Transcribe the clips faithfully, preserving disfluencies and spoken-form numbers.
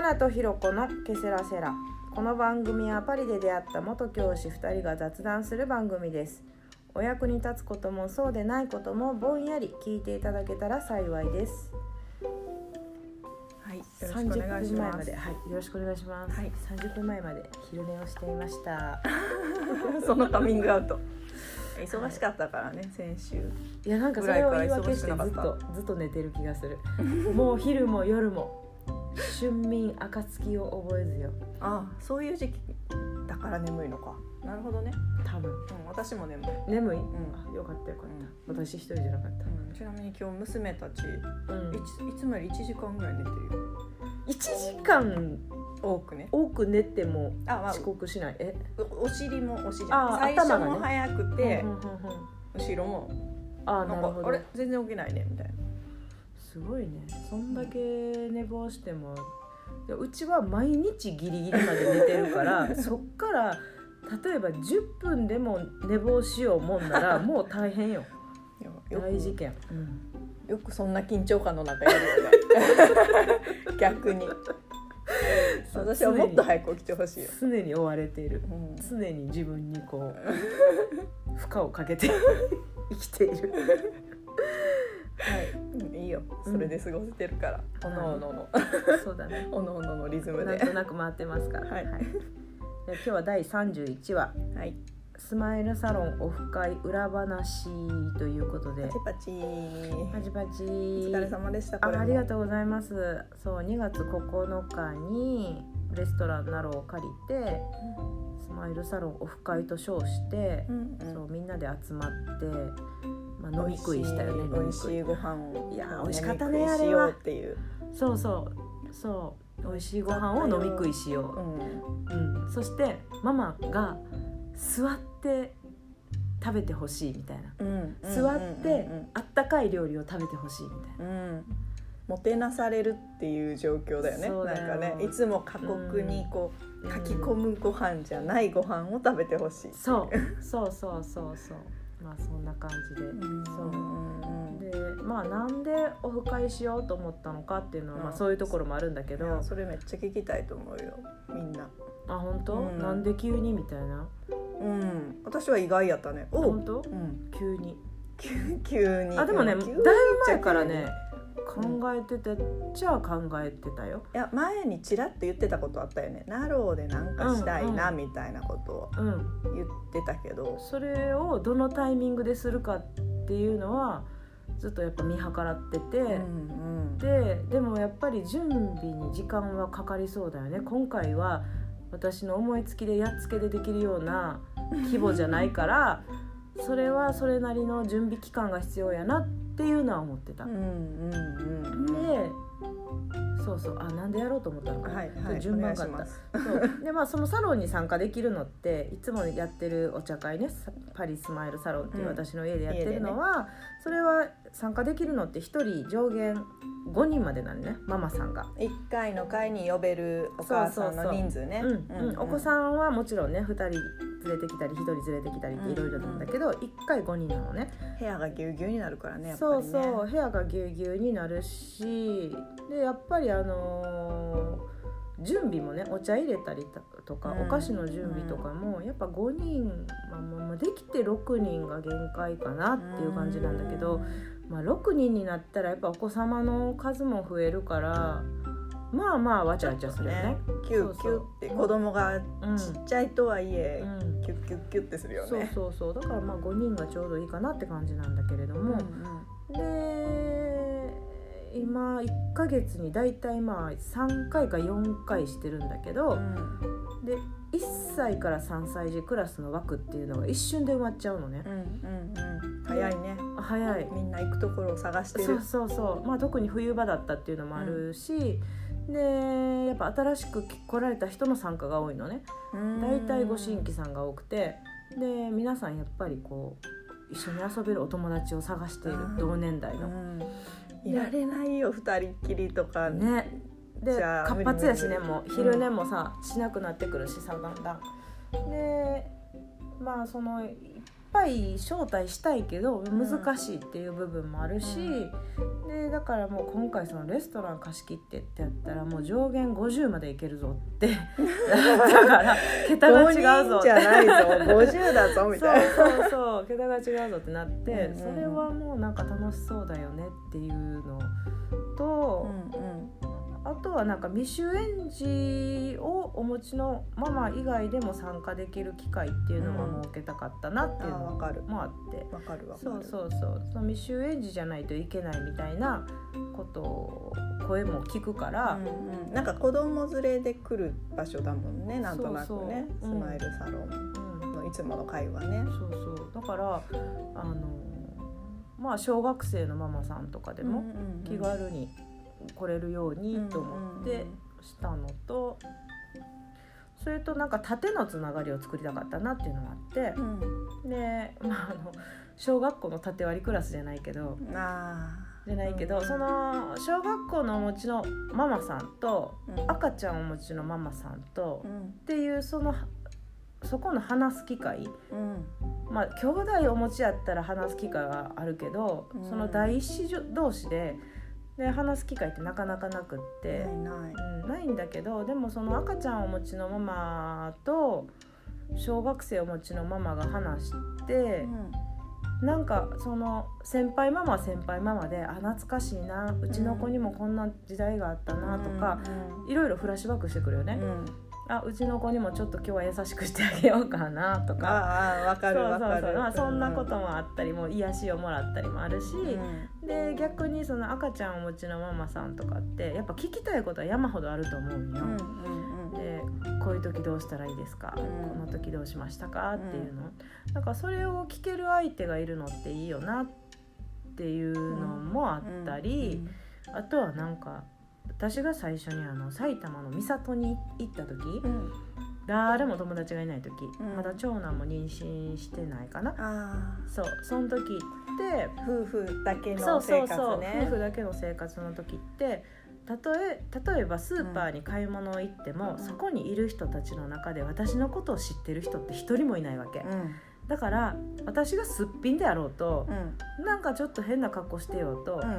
ナとヒロコのケセラセラ。この番組はパリで出会った元教師ふたりが雑談する番組です。お役に立つこともそうでないこともぼんやり聞いていただけたら幸いです。 はい、よろしくお願いします。 さんじゅっぷんまえまで、はい、よろしくお願いします。はい、さんじゅっぷんまえまで昼寝をしていました。 そのカミングアウト。忙しかったからね、先週。 いや、なんかそれを言い訳してずっとずっと寝てる気がする。もう昼も夜も春眠暁を覚えずよ。 ああ、そういう時期だから眠いのか。なるほどね。 多分、うん、 私も眠い。 眠い？うん、よかったよかった。うん、私一人じゃなかった。 うん、ちなみに今日娘たち、うん、い, いつもよりいちじかんぐらい寝てるよ。 いちじかん多くね。 多く寝ても遅刻しない。え、 お尻もお尻じゃん。最初も早くて、うんうんうんうん、後ろもあ、なるほど。 あれ全然起きないねみたいな。 すごいね。そんだけ寝坊しても、うちは毎日ギリギリまで寝てるからそっから例えばじゅっぷんでも寝坊しようもんならもう大変よ。大事件、うん、 よくそんな緊張感の中やるよね逆に私はもっと早く起きてほしいよ。 常に追われている、うん、常に自分にこう負荷をかけて生きているはい、いいよ、それで過ごせてるから、うん、おのおののそうだね、 おのおののリズムでなんとなく回ってますから、はいはい、今日はだいさんじゅういちわ、はい、スマイルサロンオフ会裏話ということで、 パチパチパチパチ、お疲れ様でした。 あ, ありがとうございます。そう、にがつここのかにレストランナロを借りて、うん、スマイルサロンオフ会と称して、うんうん、そうみんなで集まってまあ、飲み食いしたよね。 美味しいご飯を、 いや美味しかったね、あれは。 っていう、 そうそうそう美味しいご飯を飲み食いしよう、うんうん、そしてママが座って食べてほしいみたいな、うん、座ってあったかい料理を食べてほしいみたいな、うん、 もてなされるっていう状況だよね。そうだよ、なんかね、いつも過酷にこう、うん、書き込むご飯じゃないご飯を食べてほしい、うん、 そうそうそうそうそう、まあそんな感じで、うん、そうで、まあなんでオフ会しようと思ったのかっていうのは、まあそういうところもあるんだけど、 それめっちゃ聞きたいと思うよ、みんな。 あ、本当？うん、なんで急にみたいな。 うん、私は意外やったね。 お、本当？うん、急に。 急に。 あ、でもね、だいぶ前からね。考えてて、じゃあ考えてたよ。 いや、前にちらっと言ってたことあったよね。ナローでなんかしたいなみたいなことを言ってたけど、うんうん、 それをどのタイミングでするかっていうのはずっとやっぱ見計らってて、うんうん、で, でもやっぱり準備に時間はかかりそうだよね。今回は私の思いつきでやっつけでできるような規模じゃないからそれはそれなりの準備期間が必要やなっていうのは思ってた、うんうんうん、でそうそう、あ、なんでやろうと思ったのか、はいはい、順番があったそうで、まあ、そのサロンに参加できるのっていつもやってるお茶会ね、パリスマイルサロンっていう私の家でやってるのは、うんね、それは参加できるのってひとり上限ごにんまでなんね、ママさんがいっかいの会に呼べるお母さんの人数ね。 お子さんはもちろんねふたり連れてきたりひとり連れてきたりっていろいろなんだけど、うんうん、いっかいごにんなのね。 部屋がぎゅうぎゅうになるからね、やっぱりね。 そうそう、部屋がぎゅうぎゅうになるし、でやっぱりあのー、準備もね、お茶入れたりとか、うん、お菓子の準備とかもやっぱごにん、まあ、まあできてろくにんが限界かなっていう感じなんだけど、まあ、ろくにんになったらやっぱお子様の数も増えるからまあまあわちゃわちゃするよね。 キュッキュッって子供がちっちゃいとはいえ、うん、キュッキュッキュッってするよね。 そうそうそう、だからまあごにんがちょうどいいかなって感じなんだけれども、うんうん、で今いっかげつにだいたいまあさんかいかよんかいしてるんだけど、うん、でいっさいからさんさい児クラスの枠っていうのが一瞬で埋まっちゃうのね、うんうんうん、早いね。 早い、 みんな行くところを探してる。 そうそうそう、まあ、特に冬場だったっていうのもあるし、うん、でやっぱ新しく来られた人の参加が多いのね。だいたいご新規さんが多くて、で皆さんやっぱりこう一緒に遊べるお友達を探している、同年代の、うん、 いられないよふたりっきりとかね。で活発やしね、もう昼寝もさ、うん、しなくなってくるしさ、だんだんでまあそのいっぱい招待したいけど難しいっていう部分もあるし、うん、 でだからもう今回そのレストラン貸し切ってってやったらもう上限ごじゅうまでいけるぞってだから桁が違うぞごにんじゃないぞごじゅうだぞみたいなそうそうそう桁が違うぞってなって、うんうん、それはもうなんか楽しそうだよねっていうのと、うんうん、あとはなんか未就園児をお持ちのママ以外でも参加できる機会っていうのも設けたかったなっていうのもあって、 わかるわかる、 そうそうそう、その未就園児じゃないといけないみたいなことを声も聞くから、 うんうん、なんか子供連れで来る場所だもんね、なんとなくね、そうそう、スマイルサロンのいつもの会話ね、 そうそう、だからあのまあ小学生のママさんとかでも気軽に来れるようにと思ってしたのと、それとなんか縦のつながりを作りたかったなっていうのがあって、うん、で、まあ、あの小学校の縦割りクラスじゃないけどあじゃないけど、うん、その小学校のお持ちのママさんと、うん、赤ちゃんお持ちのママさんと、うん、っていうそのそこの話す機会、うん、まあ兄弟お持ちやったら話す機会はあるけど、うん、その第一子同士でで話す機会ってなかなかなくってないない、 うん、ないんだけど、でもその赤ちゃんをお持ちのママと小学生をお持ちのママが話して、うん、なんかその先輩ママは先輩ママであ懐かしいな、うちの子にもこんな時代があったなとか、うん、いろいろフラッシュバックしてくるよね、うん、あうちの子にもちょっと今日は優しくしてあげようかなとか、 ああわかるわかる、 そうそうそう、まあ、そんなこともあったりも癒しをもらったりもあるし、うん、で逆にその赤ちゃんをお持ちのママさんとかってやっぱ聞きたいことは山ほどあると思うよ、うんうんうん、でこういう時どうしたらいいですか、うん、この時どうしましたかっていうの、うん、なんかそれを聞ける相手がいるのっていいよなっていうのもあったり、うんうん、あとはなんか私が最初にあの埼玉の三郷に行った時、うん、誰も友達がいない時、うん、まだ長男も妊娠してないかな、あそうその時って夫婦だけの生活ね、そうそうそう夫婦だけの生活の時ってたとえ例えばスーパーに買い物行っても、うん、そこにいる人たちの中で私のことを知ってる人って一人もいないわけ、うん、だから私がすっぴんであろうと、うん、なんかちょっと変な格好してようと、うん、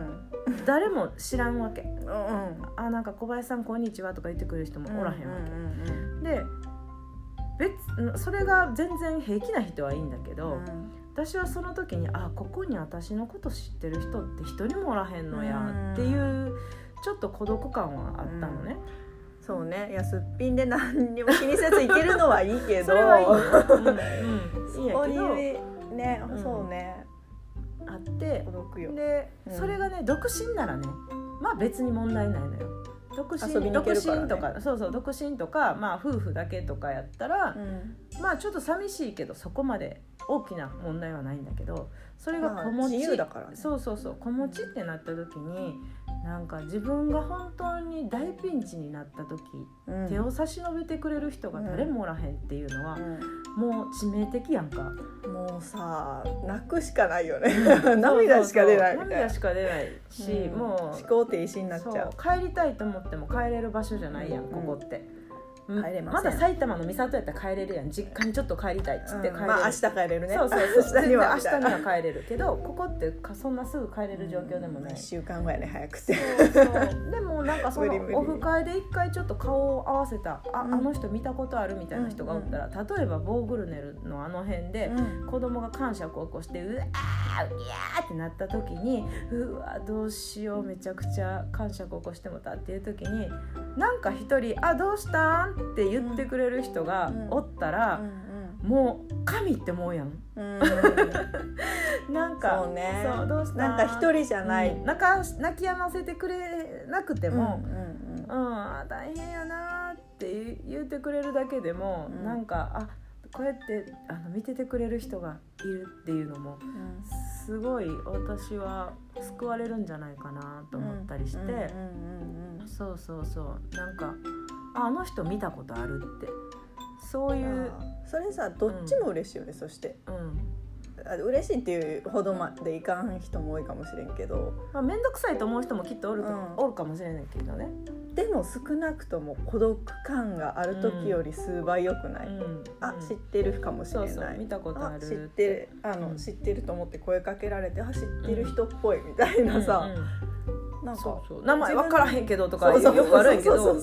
誰も知らんわけ、うんうん、あなんか小林さんこんにちはとか言ってくれる人もおらへんわけ、うんうんうん、で別それが全然平気な人はいいんだけど、うん、私はその時にあここに私のこと知ってる人って一人もおらへんのやっていうちょっと孤独感はあったのね、 うん、そうね、いやすっぴんで何にも気にせずいけるのはいいけどそれはいいよ、うんうん、いいんやけどね、うん、そうねあって孤独よで、うん、それがね独身ならねまあ別に問題ないのよ、独身、遊びに行けるからね、独身とかそうそう独身とか、まあ、夫婦だけとかやったら、うん、まあちょっと寂しいけどそこまで大きな問題はないんだけど、それが子持ち、まあ、 自由だからね、 そうそうそう子持ちってなった時になんか自分が本当に大ピンチになった時、うん、手を差し伸べてくれる人が誰もおらへんっていうのは、うん、もう致命的やんか、 もうさ泣くしかないよね、うん、涙しか出ないみたいな、 涙しか出ないし、うん、もう思考停止になっちゃう、 帰りたいと思っても帰れる場所じゃないやん、うん、ここって帰れません、まだ埼玉の三郷やったら帰れるやん、実家にちょっと帰りたいっつって帰れる、うん、 まあ明日帰れるね、 そうそうそう明日には明日には帰れるけどここってそんなすぐ帰れる状況でもない、うん、 いっしゅうかんぐらいね早くてそうそうでもなんかそのオフ会で一回ちょっと顔を合わせた あ,、うん、あの人見たことあるみたいな人がおったら、うんうん、例えばボーグルネルのあの辺で、うん、子供が感触を起こしてうわーうやーってなった時にうわどうしようめちゃくちゃ感触を起こしてもたっていう時になんか一人あどうしたんって言ってくれる人がおったら、うんうんうん、もう神って思うやん、うん、なんかそうねそうどうしたなんか一人じゃない、うん、 泣か泣き止ませてくれなくても、うんうんうんうん、あ大変やなって言ってくれるだけでも、うん、なんかあこうやってあの見ててくれる人がいるっていうのも、うん、すごい私は救われるんじゃないかなと思ったりして、そうそうそうなんか あ, あの人見たことあるってそういうそれさどっちも嬉しいよね、うん、そして、うん、嬉しいっていうほどまでいかん人も多いかもしれんけど、 まあ、めんどくさいと思う人もきっとおると、うん、おるかもしれないけどね、 でも少なくとも孤独感がある時より数倍良くない、うん、あ知ってるかもしれない、 そうそう見たことあるあ知ってるあの、うん、知ってると思って声かけられてあ知ってる人っぽいみたいなさ、うんうん、 なんかそうそう名前分からへんけどとかよくあるんやけど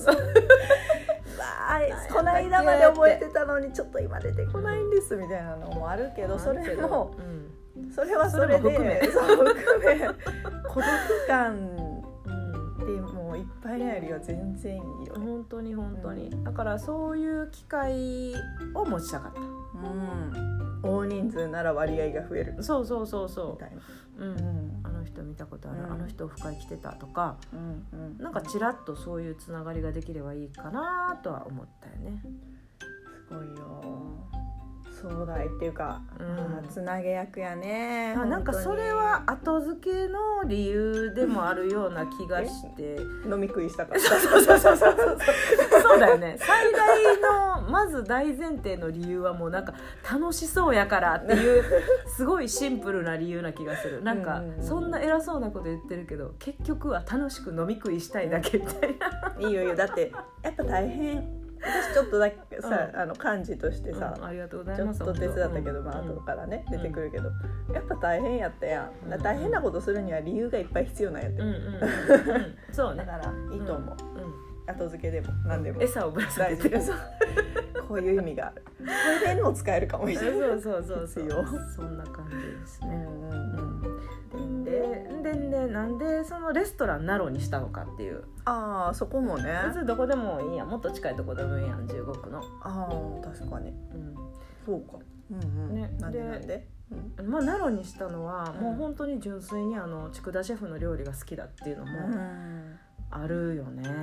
この間まで覚えてたのにちょっと今出てこないんですみたいなのもあるけど、それも、うん、それはそれでそれも含めそう含め孤独感でもういっぱいのよりは全然いいよね。 本当に本当に、うん、だからそういう機会を持ちたかった、 うん、大人数なら割合が増えるそうそうそうそうみたいな、 うんうん、あの人見たことある、うん、あの人オフ会来てたとか、うんうん、なんかちらっとそういうつながりができればいいかなとは思ったよね。 すごいよ、壮大っていうか、うん、つなげ役やね。 あ、なんかそれは後付けの理由でもあるような気がして飲み食いしたからそうそうそうそうそうそうだよね。最大のまず大前提の理由はもうなんか楽しそうやからっていうすごいシンプルな理由な気がする。なんかそんな偉そうなこと言ってるけど結局は楽しく飲み食いしたいだけみたいな。 いいよいいよ、だってやっぱ大変。私ちょっとだけさ、うん、あの幹事としてさ、 うん、ありがとうございます。 ちょっと手伝ったけど、うん、まあ後からね、うん、出てくるけど、やっぱ大変やったやん、うん、大変なことするには理由がいっぱい必要なんやって、うんうんうん、そうね、だからいいと思う、うんうん、後付けでも何でも餌をぶら下げてるこういう意味がある。これでも使えるかもしれない。 そうそうそうそうそんな感じですね、うんうん、で, で, でなんでそのレストランナロにしたのかっていう。 ああ、そこもね、 別にどこでもいいやん、もっと近いとこでもいいやん、じゅうごくの。 ああ確かに、うん、そうか、うんうん、ね、なんでなんで、 うん、まあナロにしたのは、うん、もう本当に純粋にあの筑田シェフの料理が好きだっていうのもあるよね、うん、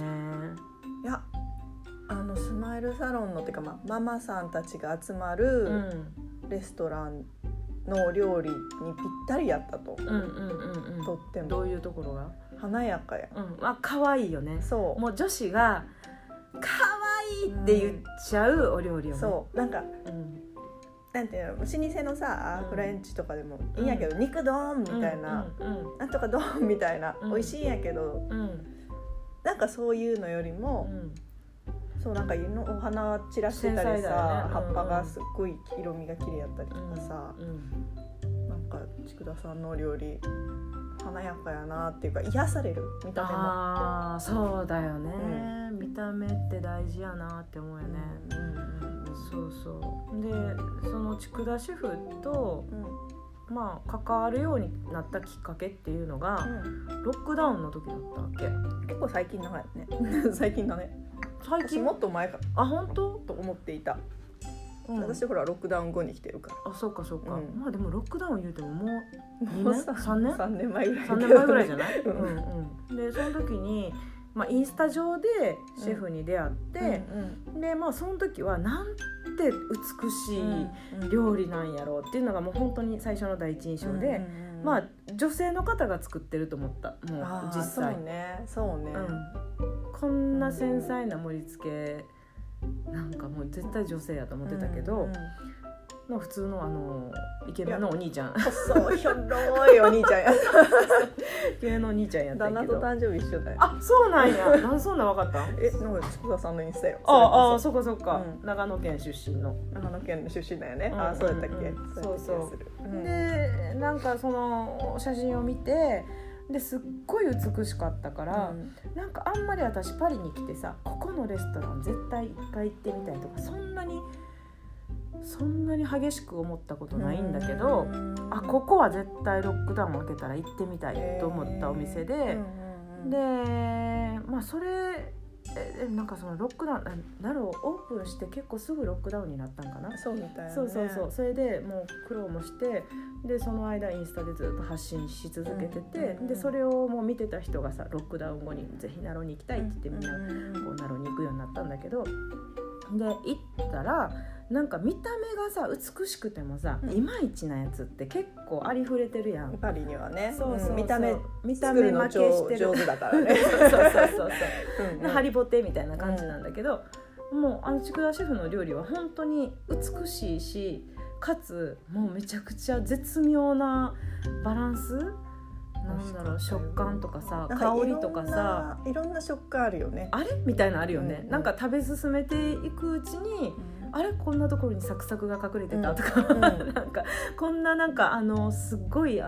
いやあのスマイルサロンのっていうか、まあ、ママさんたちが集まるレストランの料理にぴったりやったと、うんうんうんうん、とっても。 どういうところが華やかや、 うん、あ、可愛いよね。そう、もう女子が可愛いって言っちゃうお料理よね、うん、そうなんか、うん、なんていうの、老舗のさ、うん、フレンチとかでもいいんやけど、うん、肉丼みたいな、うんうん、なんとか丼みたいな、うん、美味しいんやけど、うん、なんかそういうのよりも、うん、そうなんかお花散らしてたりさ、ね、葉っぱがすっごい色味が綺麗やったりとかさ、うんうん、なんか筑田さんのお料理華やかやなっていうか、癒される、見た目も。ああ、そうだよね、うん、見た目って大事やなって思うよね、うんうん、そうそうで、その筑田シェフと、うん、まあ関わるようになったきっかけっていうのが、うん、ロックダウンの時だったわけ。 結構最近長いね最近だね。最近もっと前か、 あ、本当と思っていた、うん、私ほらロックダウン後に来てるから。 あ、そうかそうか、うん、まあでもロックダウン言うてももうにねんさんねんさんねんまえぐらいさんねんまえぐらいじゃない、うんうん、でその時に、まあ、インスタ上でシェフに出会って、うんうん、でまあその時はなんて美しい料理なんやろうっていうのがもう本当に最初の第一印象で、うんうん、まあ女性の方が作ってると思った。もう実際そうねそうね、 うん、こんな繊細な盛り付けなんかもう絶対女性やと思ってたけど、うんうん、まあ、普通のあのイケメンのお兄ちゃん、 そうひょろいお兄ちゃんやイケメンのお兄ちゃんやったけど、 旦那と誕生日一緒だよ。 あ、そうなんやなんでそんな分かったえ、なんか筑田さんのインスタよ。 ああ、そっかそっか、うん、長野県出身の長野県の出身だよね、うん、あ、そうやったっけ、うんうん、そうそう、 うん、でなんかその写真を見てですっごい美しかったから、うん、なんかあんまり私パリに来てさ、ここのレストラン絶対一回行ってみたいとかそんなにそんなに激しく思ったことないんだけど、あ、ここは絶対ロックダウンを開けたら行ってみたいと思ったお店で、で、まあそれえなんかそのロックダウンナロオープンして結構すぐロックダウンになったんかな。 そうみたいな、ね、 そうそうそう、それでもう苦労もして、でその間インスタでずっと発信し続けてて、うんうんうん、でそれをもう見てた人がさ、ロックダウン後にぜひナロに行きたいって言ってみんなこうナロに行くようになったんだけど、で行ったらなんか見た目がさ美しくてもさ、うん、いまいちなやつって結構ありふれてるやん。 パリにはね、 そうそうそう、 見た目見た目負けしてる、 上手だからねそうそうそうそううん、ハリボテみたいな感じなんだけど、うん、もうあの筑田シェフの料理は本当に美しいし、かつもうめちゃくちゃ絶妙なバランスなんだろう、食感とかさ、香りとかさ、 いろんな食感あるよね。 あれみたいなのあるよね、うん、なんか食べ進めていくうちに、うん、あれこんなところにサクサクが隠れてたとか、うん、なんかこんななんかあのすっごいあの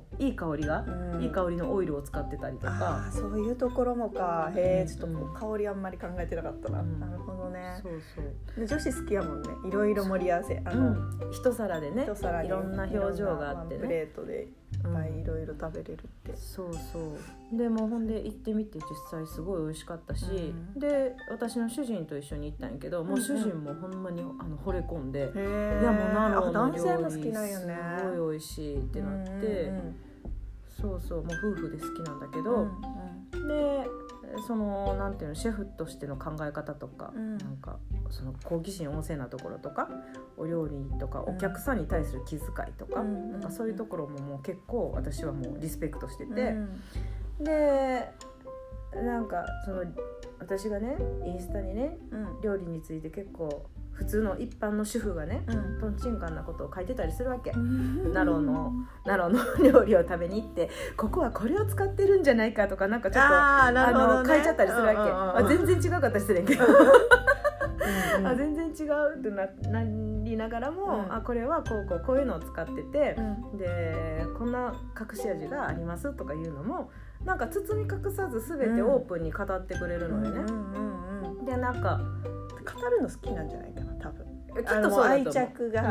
のいい香りが、うん、いい香りのオイルを使ってたりとか。 あそういうところもか。へえ、ちょっとこう香りあんまり考えてなかったな、うん、なるほどね。そうそうで女子好きやもんね、いろいろ盛り合わせ、あの、うん、 一皿でね、一皿にいろんな表情があってね、 プレートでいっぱいいろいろ食べれるって、 うん、そうそうでもほんで行ってみて実際すごい美味しかったし、うん、で私の主人と一緒に行ったんやけど、もう主人もほんまにあの惚れ込んで、うん、いやもう奈良の料理すごい美味しいってなって、うんうんうん、そうそうもう夫婦で好きなんだけど、うんうん、でそのなんていうのシェフとしての考え方とか、うん、なんかその好奇心旺盛なところとかお料理とかお客さんに対する気遣いとか、うん、なんかそういうところももう結構私はもうリスペクトしてて、うん、でなんかその私がねインスタにね、うん、料理について結構普通の一般の主婦がね、うん、トンチンカンなことを書いてたりするわけ、うん、奈良の奈良の料理を食べに行ってここはこれを使ってるんじゃないかとかなんかちょっとあ、ね、あの書いちゃったりするわけ、うんうんうん、あ全然違うかったりするんやけどうん、あ全然違うって な, なりながらも、うん、あこれはこうこうこういうのを使ってて、うん、でこんな隠し味がありますとかいうのもなんか包み隠さず全てオープンに語ってくれるのよね、うんうんうんうん、でなんか語るの好きなんじゃないかな多分きっとそう愛着が、うん、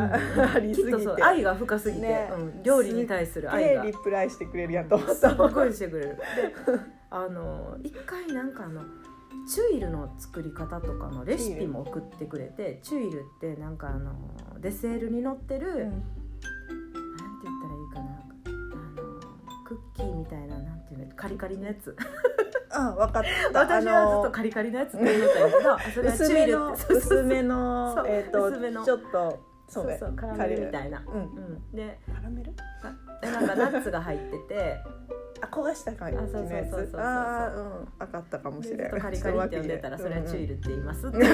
ありすぎてきっとそう愛が深すぎて、ねうん、料理に対する愛がリプライしてくれるやんとすごいしてくれるであの一回なんかあのチュイルの作り方とかのレシピも送ってくれて、チュイルってなんかあのデセールに載ってる、うん、なんて言ったらいいかなあのクッキーみたいななんていうのカリカリのやつあ分かった私はずっとカリカリのやつって言ってたんやけどそれはチュイルって薄めのえっと薄めのちょっとそうそうそうカラメルみたいな、うんうん、でカラメルなんかナッツが入っててあ焦がした感じのやつああうん分かったかもしれないカリカリって呼んでたらそれはチュイルって言いますって、うん、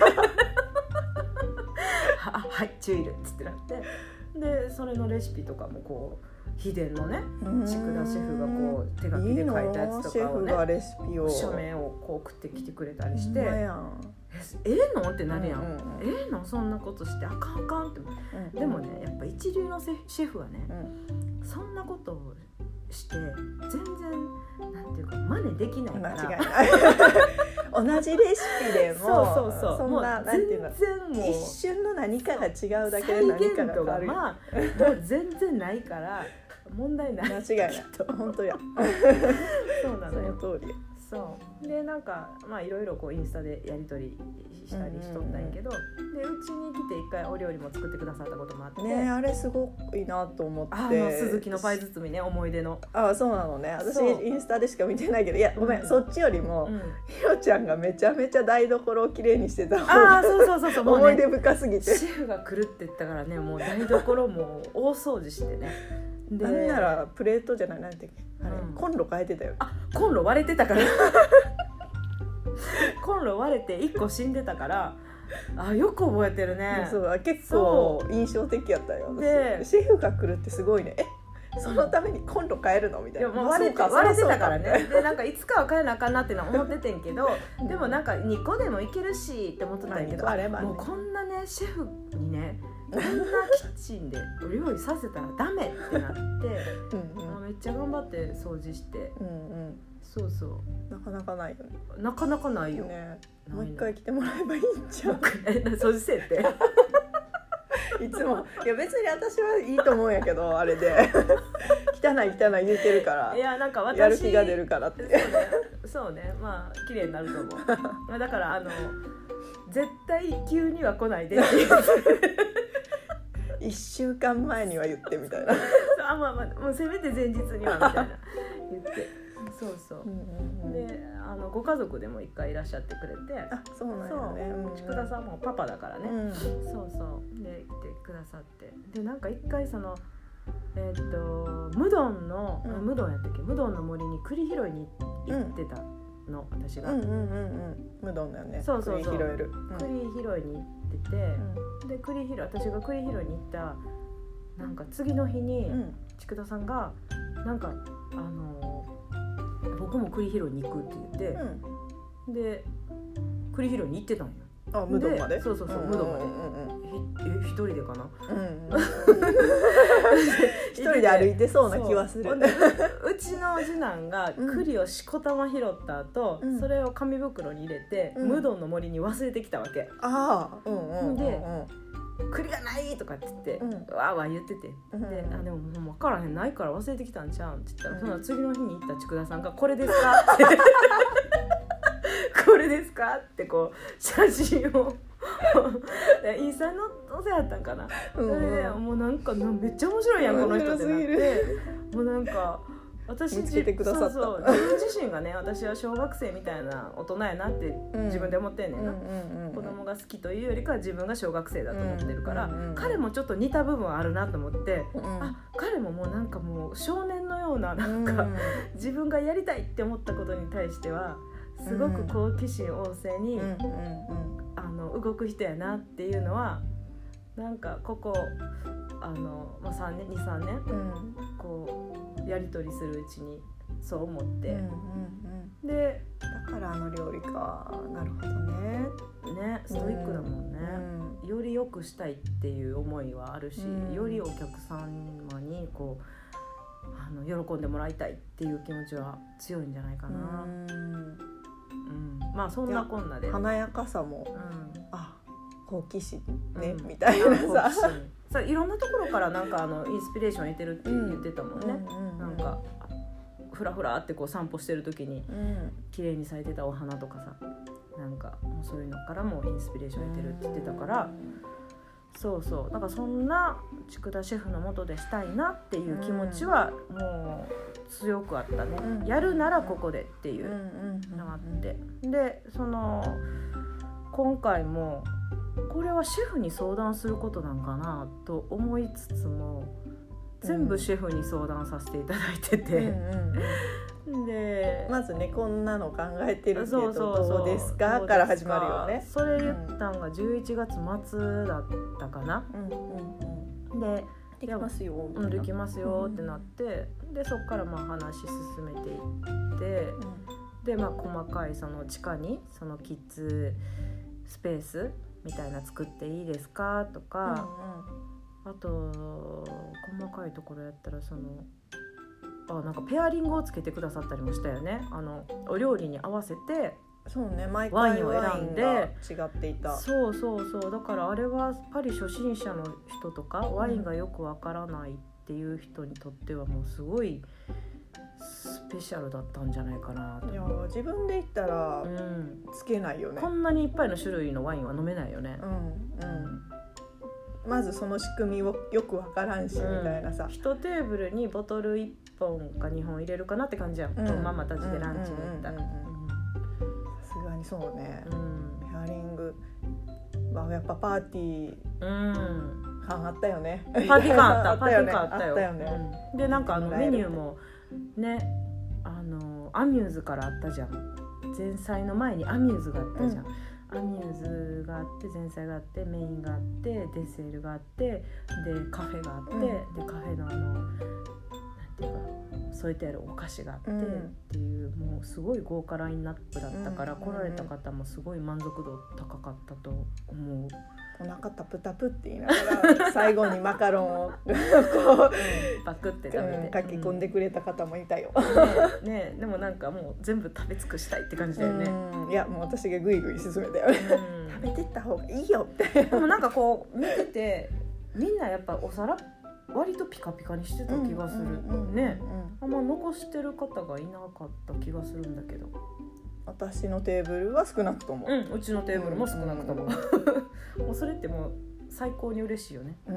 あはいチュイルっつってなってでそれのレシピとかもこう秘伝のね筑田シェフがこう手書きで書いたやつとかをねシェフがレシピを書面をこう送ってきてくれたりしてええー、のってなるやん、うんうん、ええー、のそんなことしてあかんあかんって、うんうん、でもねやっぱ一流のシェフはね、うん、そんなことをして全然なんていうか真似できないから間違いない同じレシピでもそうそうそうそんななんていうの一瞬の何かが違うだけで何かが変わるまあもう全然ないから問題ない間違いない本当やそうなのよその通りそうでなんかまあいろいろこうインスタでやり取りしたりしとったんやけど、うんうんうん、でうちに来て一回お料理も作ってくださったこともあってねあれすごいなと思ってあ鈴木のパイ包みね思い出のあそうなのね私インスタでしか見てないけどいやごめん、うん、そっちよりも、うん、ひろちゃんがめちゃめちゃ台所をきれいにしてた方があそうそうそうそうもう、ね、 思い出深すぎてシェフが来るって言ったからねもう台所も大掃除してねでなんならプレートじゃないなんてあれ、うん、コンロ変えてたよあコンロ割れてたからコンロ割れていっこ死んでたからあよく覚えてるねそう結構印象的やったよでシェフが来るってすごいねえそのためにコンロ変えるのみたいな、 まあ、割れて割れてたからねでなんかいつかは変えなあかんなってのは思っててんけどでもなんかにこでもいけるしって思ってたんやけど、まあね、もうこんなねシェフにねこんなキッチンでお料理させたらダメってなってうん、うん、めっちゃ頑張って掃除して、うんうん、そうそうなかなかないよねなかなかないよ、 ね、もう一回来てもらえばいいんじゃん掃除せえっていつもいや別に私はいいと思うんやけどあれで汚い汚い言うてるからいやなんか私やる気が出るからってそうね、そうねまあ綺麗になると思うだからあの絶対急には来ないでっていういっしゅうかんまえには言ってみたいなあ、まあまあ、もうせめて前日にはみたいな言ってそうそう、うんうんうん、であのご家族でも一回いらっしゃってくれてあそうなんやね筑田さんもパパだからね、うん、そうそうで来てくださってでなんか一回そのえー、っとムドンの、うん、ムドンやったっけムドンの森に栗拾いに行ってたの、うん、私がうんうんうんうんムドンだよねそうそうそう栗拾える、 うん、栗拾いに行ってて、うん、で栗拾い私が栗拾いに行ったなんか次の日に筑田、うん、さんがなんかあの僕も栗拾いに行くって言って、うん、で栗拾いに行ってたんよあ、ムドンまで。 そうそうそう、ムドンまで、うんうんうん、え一人でかな、うんうん、 一人で歩いてそうな気はする。 うちの次男が栗をしこたま拾った後、うん、それを紙袋に入れて、うん、ムドンの森に忘れてきたわけ。 ああ、うんうんうんうん、 で栗がないとかって言って、うん、わーわー言ってて、うん、であでももう分からへん、ないから忘れてきたんちゃうんって言ったら、うん、その次の日に行った千田さんがこれですかってこれですかってこう写真をインスタに載せやったんかな、うん、それでもうなんかめっちゃ面白いやんこの人ってなって、もうなんか私見つけてくださった。 そうそう、自分自身がね、私は小学生みたいな大人やなって自分で思ってんねんな、うんうんうん、子供が好きというよりかは自分が小学生だと思ってるから、うんうんうん、彼もちょっと似た部分あるなと思って、うん、あ、彼ももうなんかもう少年のようななんか、うん、自分がやりたいって思ったことに対してはすごく好奇心旺盛に、うんうんうん、あの動く人やなっていうのはなんかここあの、まあ、さんねん にさんねん、うん、こうやり取りするうちにそう思って、うんうんうん、でだからあの料理か、なるほどね。 ね、ストイックだもんね、うん、より良くしたいっていう思いはあるし、うん、よりお客様にこうあの喜んでもらいたいっていう気持ちは強いんじゃないかな、うんうん、まあそんなこんなで華やかさも、うん、あ、好奇心ね、うん、みたいなささ、いろんなところからなんかあのインスピレーション得てるって言ってたもんね、うんうんうん、なんかふらふらってこう散歩してる時に、うん、綺麗に咲いてたお花とかさ、なんかもうそういうのからもインスピレーション得てるって言ってたから、うん、そうそう、だからそんな千田シェフの下でしたいなっていう気持ちはもう強くあったね、うん、やるならここでっていうのがあって、でその今回もこれはシェフに相談することなんかなと思いつつも全部シェフに相談させていただいてて、うんうんうん、でまずね、こんなの考えてるけどどうですかから始まるよね。 それ言ったんがじゅういちがつ末だったかな、うんうんうん、でできますよ、 うん、できますよってなって、うん、でそっからまあ話進めていって、うん、でまあ細かいその地下にそのキッズスペースみたいな作っていいですかとか、うんうん、あと細かいところやったらそのあなんかペアリングをつけてくださったりもしたよね。あのお料理に合わせてそうね、毎回ワインを選んで違っていた。 そうそうそう、だからあれはパリ初心者の人とかワインがよくわからないっていう人にとってはもうすごいスペシャルだったんじゃないかなと。 いや自分で言ったらつけないよね、 うん、こんなにいっぱいの種類のワインは飲めないよね、うんうん、まずその仕組みをよくわからんし、うん、みたいなさ、 一テーブルにボトルいっぽんかにほん入れるかなって感じやん、うん、ママたちでランチに行ったら、さすがにそうね、うん、ペアリング、まあ、やっぱパーティー、うん感あったよね。 パーティー感あったパーティー感あったよ、 あったよね、 うん、でなんかあのメニューもね、あのアミューズからあったじゃん。前菜の前にアミューズがあったじゃん、うん、アミューズがあって前菜があってメインがあってデセールがあってでカフェがあって、うん、でカフェのあのなんていうか添えてあるお菓子があって、うん、っていうもうすごい豪華ラインナップだったから、うん、来られた方もすごい満足度高かったと思う。 お腹タプタプって言いながら最後にマカロンをこう、うん、 バクって食べて、うん、 かき込んでくれた方もいたよ、 ねね、でもなんかもう全部食べ尽くしたいって感じだよね、 うん、いやもう私がグイグイ進めたよね、うん、食べてった方がいいよってでもなんかこう見ててみんなやっぱお皿割とピカピカにしてた気がする、うん、ね、うん、あんま残してる方がいなかった気がするんだけど、 私のテーブルは少なくとも、 うん、うちのテーブルも少なくとも、うんうん、もうそれってもう最高に嬉しいよね。うん、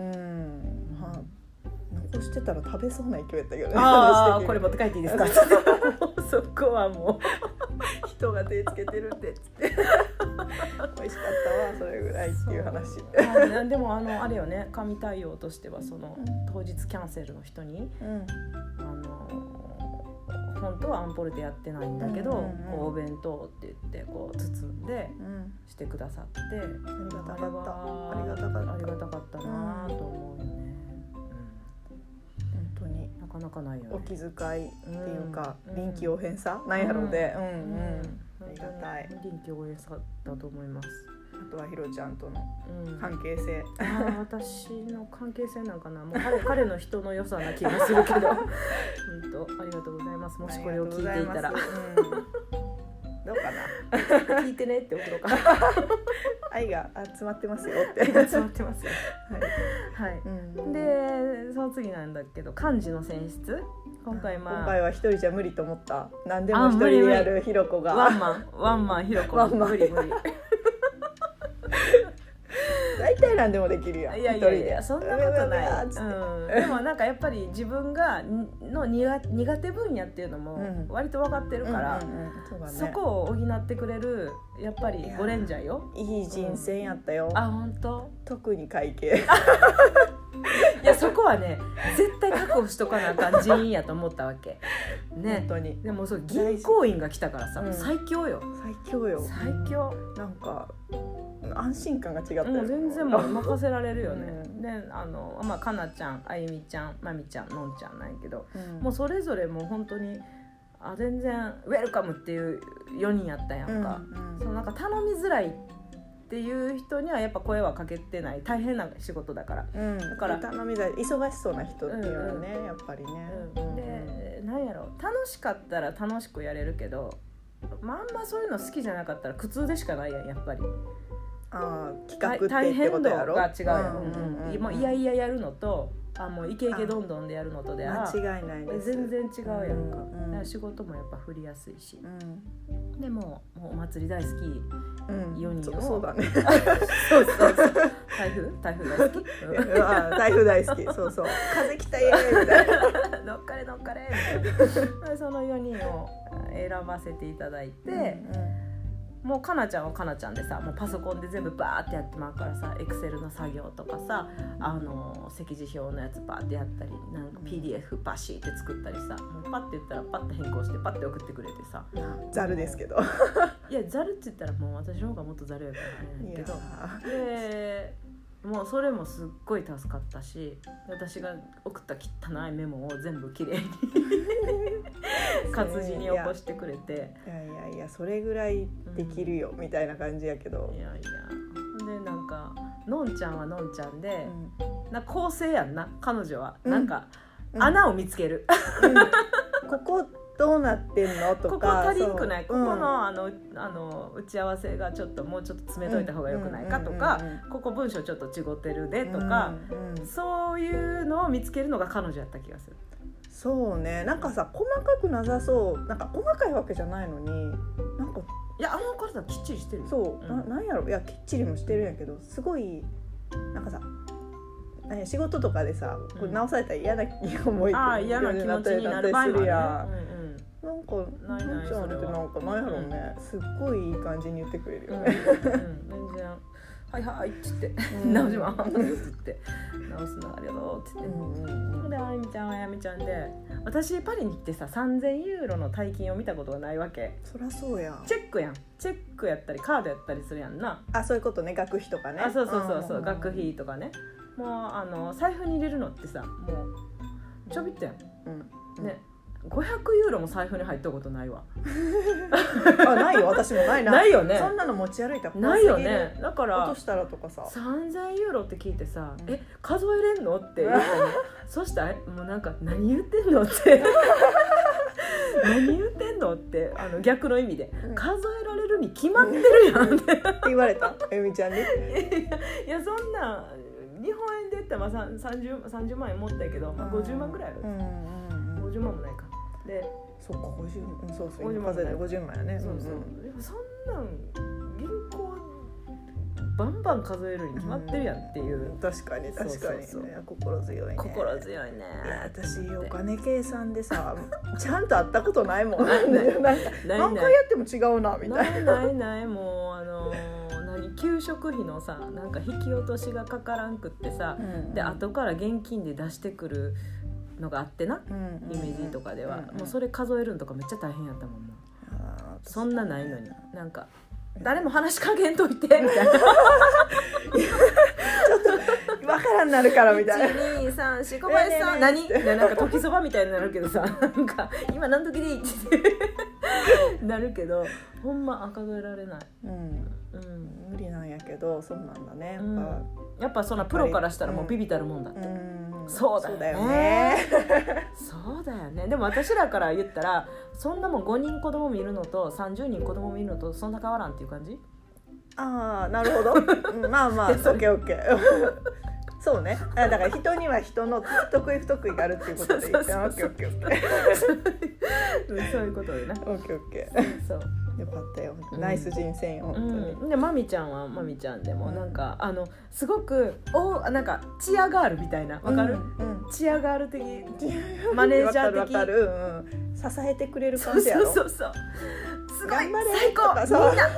まあ、残してたら食べそうな勢いやったけどね。 ああこれ持って帰っていいですかそこはもう人が手つけてるんでっつって美味しかったわそれぐらいっていう話。 あでもあのあれよね、神対応としてはその、うん、当日キャンセルの人に、うん、あの本当はアンポルテやってないんだけど、うんうんうん、こうお弁当って言ってこう包んでしてくださって、うん、 ありがたかった、 ありがたかった、ありがたかったなと思うよね、うん、本当になかなかないよね、 お気遣いっていうか、うん、臨機応変さ、うん、なんやろうで、うんうんうん、 ありがたい、臨機応変さだと思います。 とはひろちゃんとの関係性、 うん、あ私の関係性なんかなもう 彼, 彼の人の良さな気がするけど本当ありがとうございます。もしこれを聞いていたら、うん、 どうかな聞いてねって送ろうか愛が集まってますよって愛が集まってますよはい、はい、 うん、 でその次なんだけど漢字の選出今回、まあ、 今回は一人じゃ無理と思った何でも一人でやるひろこがワンマンワンマンひろこワンマン無理無理大体何でもできるやんいやいやいやそんなことない、うん、でもなんかやっぱり自分がの苦, 苦手分野っていうのも割と分かってるから、そこを補ってくれるやっぱりゴレンジャーよ。 いい人選やったよ、うん、 あ本当特に会計いやそこはね絶対確保しとかなあかん人員やと思ったわけね。 本当にでもそう銀行員が来たからさ、うん、最強よ最強よ最強なんか安心感が違ったよ、 もう全然もう任せられるよね、うん、であの、まあ、かなちゃんあゆみちゃんまみちゃんのんちゃんなんやけど、うん、もうそれぞれもう本当にあ全然ウェルカムっていうよにんやったやんか、うんうん、そのなんか頼みづらいっていう人にはやっぱ声はかけてない大変な仕事だから、 うん、だから頼みづらい忙しそうな人っていうのはね、うんうん、やっぱりね、 うん、でなんやろ楽しかったら楽しくやれるけど、まあ、あんまそういうの好きじゃなかったら苦痛でしかないやんやっぱり。 あ企画ってってことやろ大変度が違うよ、うんうんうん、もういやいややるのとあもうイケイケどんどんでやるのとでは間違いないです。 全然違うやんか、うんうん、だから仕事もやっぱ振りやすいし、うん、でももうお祭り大好き、うん、よにんをそ, そうだねそうそうそう台風台風大好きあ台風大好きそうそう風来たイエーイみたいな乗っかれ乗っかれみたいなそのよにんを選ばせていただいて、うんうん、もうかなちゃんはかなちゃんでさもうパソコンで全部バーってやってまうからさエクセルの作業とかさあの席次表のやつバーってやったりなんか ピーディーエフ バシーって作ったりさもうパッて言ったらパッて変更してパッて送ってくれてさざるですけどいやざるって言ったらもう私の方がもっとざるやからあれなんやけどでもうそれもすっごい助かったし私が送った汚いメモを全部きれいに活字に起こしてくれていやいやいやそれぐらいできるよ、うん、みたいな感じやけどいやいやでなんかのんちゃんはのんちゃんで、うん、な構成やんな彼女は、うん、なんか、うん、穴を見つける、うん、 ここどうなってんのとかここ足りんくないここの、うん、あのあの打ち合わせがちょっともうちょっと詰めといた方がよくないかとか、うんうんうんうん、ここ文章ちょっと違ってるでとか、うんうん、そういうのを見つけるのが彼女やった気がする。 そうねなんかさ細かくなさそうなんか細かいわけじゃないのになんかいやあの方きっちりしてるよそう、うん、な, なんやろいやきっちりもしてるんやけどすごいなんかさ仕事とかでさこれ直されたら嫌な思いって嫌な気持ちになる場合もあるやんなんかないないそれはなんかなんやろうね、うん、すっごいいい感じに言ってくれるよね、 うんうん、全然はいはいっつって、うん、直しますっつって直すのありがとうっつって、うんうんうん、であゆみちゃんはあやみちゃんで私パリに来てささんぜんユーロの大金を見たことがないわけ。 そりゃそうやんチェックやんチェックやったりカードやったりするやんなあそういうことね学費とかねあそうそうそうそう、うん、学費とかねもうあの財布に入れるのってさもうちょびっとやん、うん、ねごひゃくユーロも財布に入ったことないわあないよ私もないなないよねそんなの持ち歩いたらないよねだから落としたらとかささんぜんユーロって聞いてさ、うん、え数えれんのって言ったねそしたらもうなんか何言ってんのって何言ってんのってあの逆の意味で、うん、数えられるに決まってるやんって言われたえみちゃんにいやそんな日本円で言ったらまあ 30, さんじゅうまん円持ったけど、まあ、ごじゅうまんぐらいある、うんうんうん、ごじゅうまんもないかでそっかごじゅう、うん、そうそう今数えたらごじゅうまんやねそうそう、うん、でもそんなん銀行バンバン数えるに決まってるやんっていう、 うん、確かに確かに、ね、そうそうそう心強いね心強いねいや私お金計算でさちゃんと会ったことないもんなんか何回やっても違うなみたいなないないないもうあの何給食費のさなんか引き落としがかからんくってさ、うん、で後から現金で出してくるのがあってな、うんうんうん、イメージとかでは、うんうん、もうそれ数えるんとかめっちゃ大変やったもんもうそんなないのになんか誰も話しかけんといてみたいなちょっとわからんなるからみたいないちにさんし小林さん何なんか時そばみたいになるけどさなんか今何時でいいってなるけどほんま数えられない、 うんうん、無理なんやけどそうなんだねやっぱ、うん、 やっぱそんなプロからしたらもうビビたるもんだって、うん、そうだよね、 そうだよねそうだよね。でも私らから言ったらそんなもんごにん子供見るのとさんじゅうにん子供見るのとそんな変わらんっていう感じ。 ああなるほど、うん、まあまあオッケーオッケーそうねだから人には人の得意不得意があるっていうことでいいかな。オッケーオッケーオッケーそういうことでね。 オッケーオッケーそうよかったよ、うん、ナイス人選よ本当に、 うん、でマミちゃんはマミちゃんでもなんか、うん、あのすごくおなんかチアガールみたいなわかる、うんうん、チアガール的マネージャー的わかるわかる、うん、支えてくれる感じやろ。 そうそうそうすごい最高みんな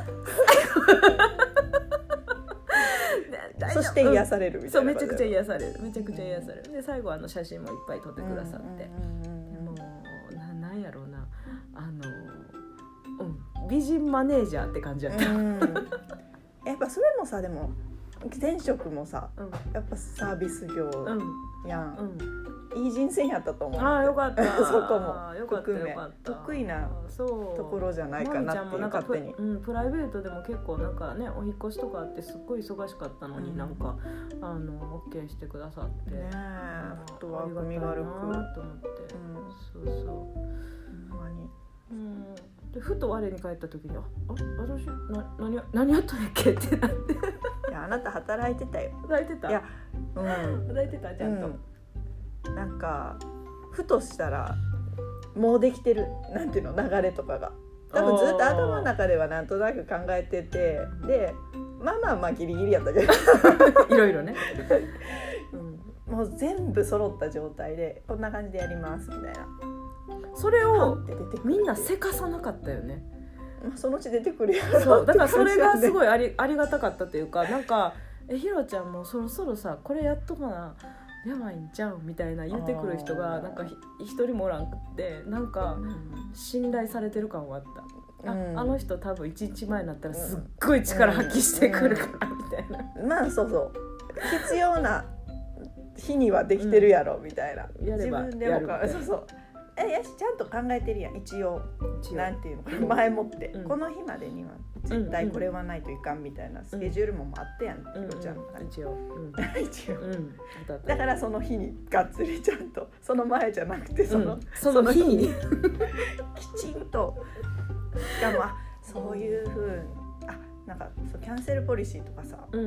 そして癒されるみたいな、 うん、そうめちゃくちゃ癒されるめちゃくちゃ癒されるで最後あの写真もいっぱい撮ってくださって、うんうん、もう な, なんやろうなあの、うん、美人マネージャーって感じやった、うん、 やっぱそれもさでも前職もさ、うん、やっぱサービス業やん、うん、いい人生やったと思う。 ああよかったそこもよかったよかった得意なところじゃないかなっていう勝手に、 うん、プライベートでも結構なんかねお引越しとかあってすっごい忙しかったのに、うん、なんかあの OK してくださってねえフットワーク身軽くと思って、 うん、そうそうほんまに、うんでふと我に返った時にあ私な 何, 何やったんやっけってなっていやあなた働いてたよ。 働いてたいや、うん、 働いてたちゃんと、 うん、なんかふとしたらもうできてるなんていうの流れとかが多分ずっと頭の中ではなんとなく考えててでまあまあまあギリギリやったけどいろいろね、 うん、もう全部揃った状態でこんな感じでやりますみたいなそれをみんなせかさなかったよね。 そのうち出てくるやろそうだからそれがすごいあ り, ありがたかったというかなんかえひろちゃんもそろそろさこれやっとかなやばいんちゃうみたいな言ってくる人がなんか一人もおらんくってなんか信頼されてる感はあった、うん、あ, あの人多分いちにちまえになったらすっごい力発揮してくるからみたいな、 うんうん、まあそうそう必要な日にはできてるやろみたいな、 うん、やれば自分でもかそうそうえやしちゃんと考えてるやん一応なんていうのか前もって、うん、この日までには絶対これはないといかんみたいなスケジュールもあったやん、うん、ひろちゃん、 うん、一応、うん、 一応、うん、だからその日にがっつりちゃんとその前じゃなくてその、うん、 その日にきちんとしかもあそういう風にあなんかそうキャンセルポリシーとかさ、うんうん、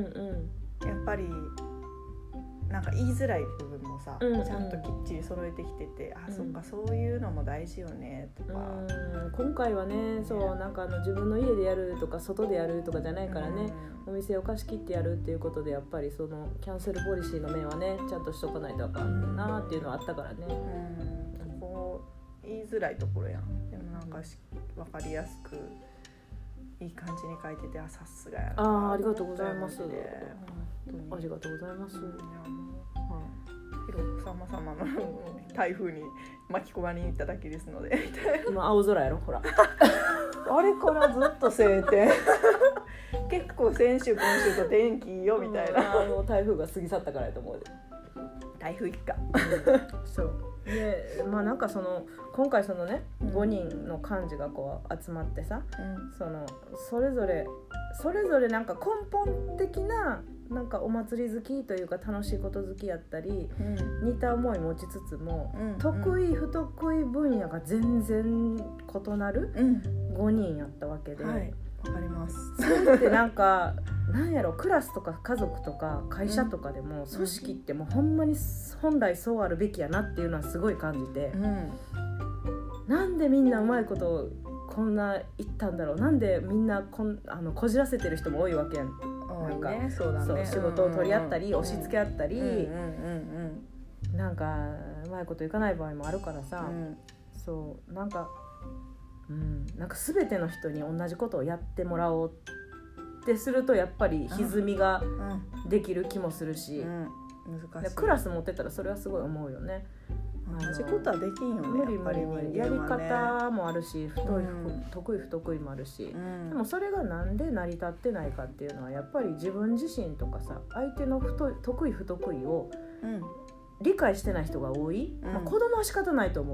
やっぱりなんか言いづらい部分もさ、うんうん、ちゃんときっちり揃えてきててあ、うん、そっかそういうのも大事よねとか、 うん、今回はねそうなんかあの自分の家でやるとか外でやるとかじゃないからね、うん、お店を貸し切ってやるっていうことでやっぱりそのキャンセルポリシーの面はねちゃんとしとかないとあかんなっていうのはあったからね、 うんうん、こう言いづらいところやんでもなんかし分かりやすくいい感じに書いててあさすがやなあありがとうございますありがとうございます、うん、 ひろさま様の台風に巻き込まれに行っただけですので今青空やろほらあれからずっと晴天結構先週今週と天気いいよみたいな、 うん、あの台風が過ぎ去ったからやと思うで台風一過そうでまあなんかその今回そのね、うん、ごにんの幹事がこう集まってさ、うん、そのそれぞれそれぞれなんか根本的ななんかお祭り好きというか楽しいこと好きやったり、うん、似た思い持ちつつも、うん、得意不得意分野が全然異なるごにんやったわけで、 はい、わかります。 それってなんかなんやろクラスとか家族とか会社とかでも、うん、組織ってもうほんまに本来そうあるべきやなっていうのはすごい感じて、うん、なんでみんなうまいことこんな言ったんだろうなんでみんなこんあのこじらせてる人も多いわけやんなんか、 ねそうだね、 そう仕事を取り合ったり、うんうん、押し付け合ったり、うんうんうんうん、なんかうまいこといかない場合もあるからさ、うん、そうなんか、うん、なんか全ての人に同じことをやってもらおうってするとやっぱり歪みができる気もするし、うんうん、難しいクラス持ってたらそれはすごい思うよね。 同じことはできんよね。 無理無理無理やり方もあるし太い、うん、得意不得意もあるし、うん、でもそれがなんで成り立ってないかっていうのはやっぱり自分自身とかさ相手の太い得意不得意を理解してない人が多い、うんまあ、子供は仕方ないと思う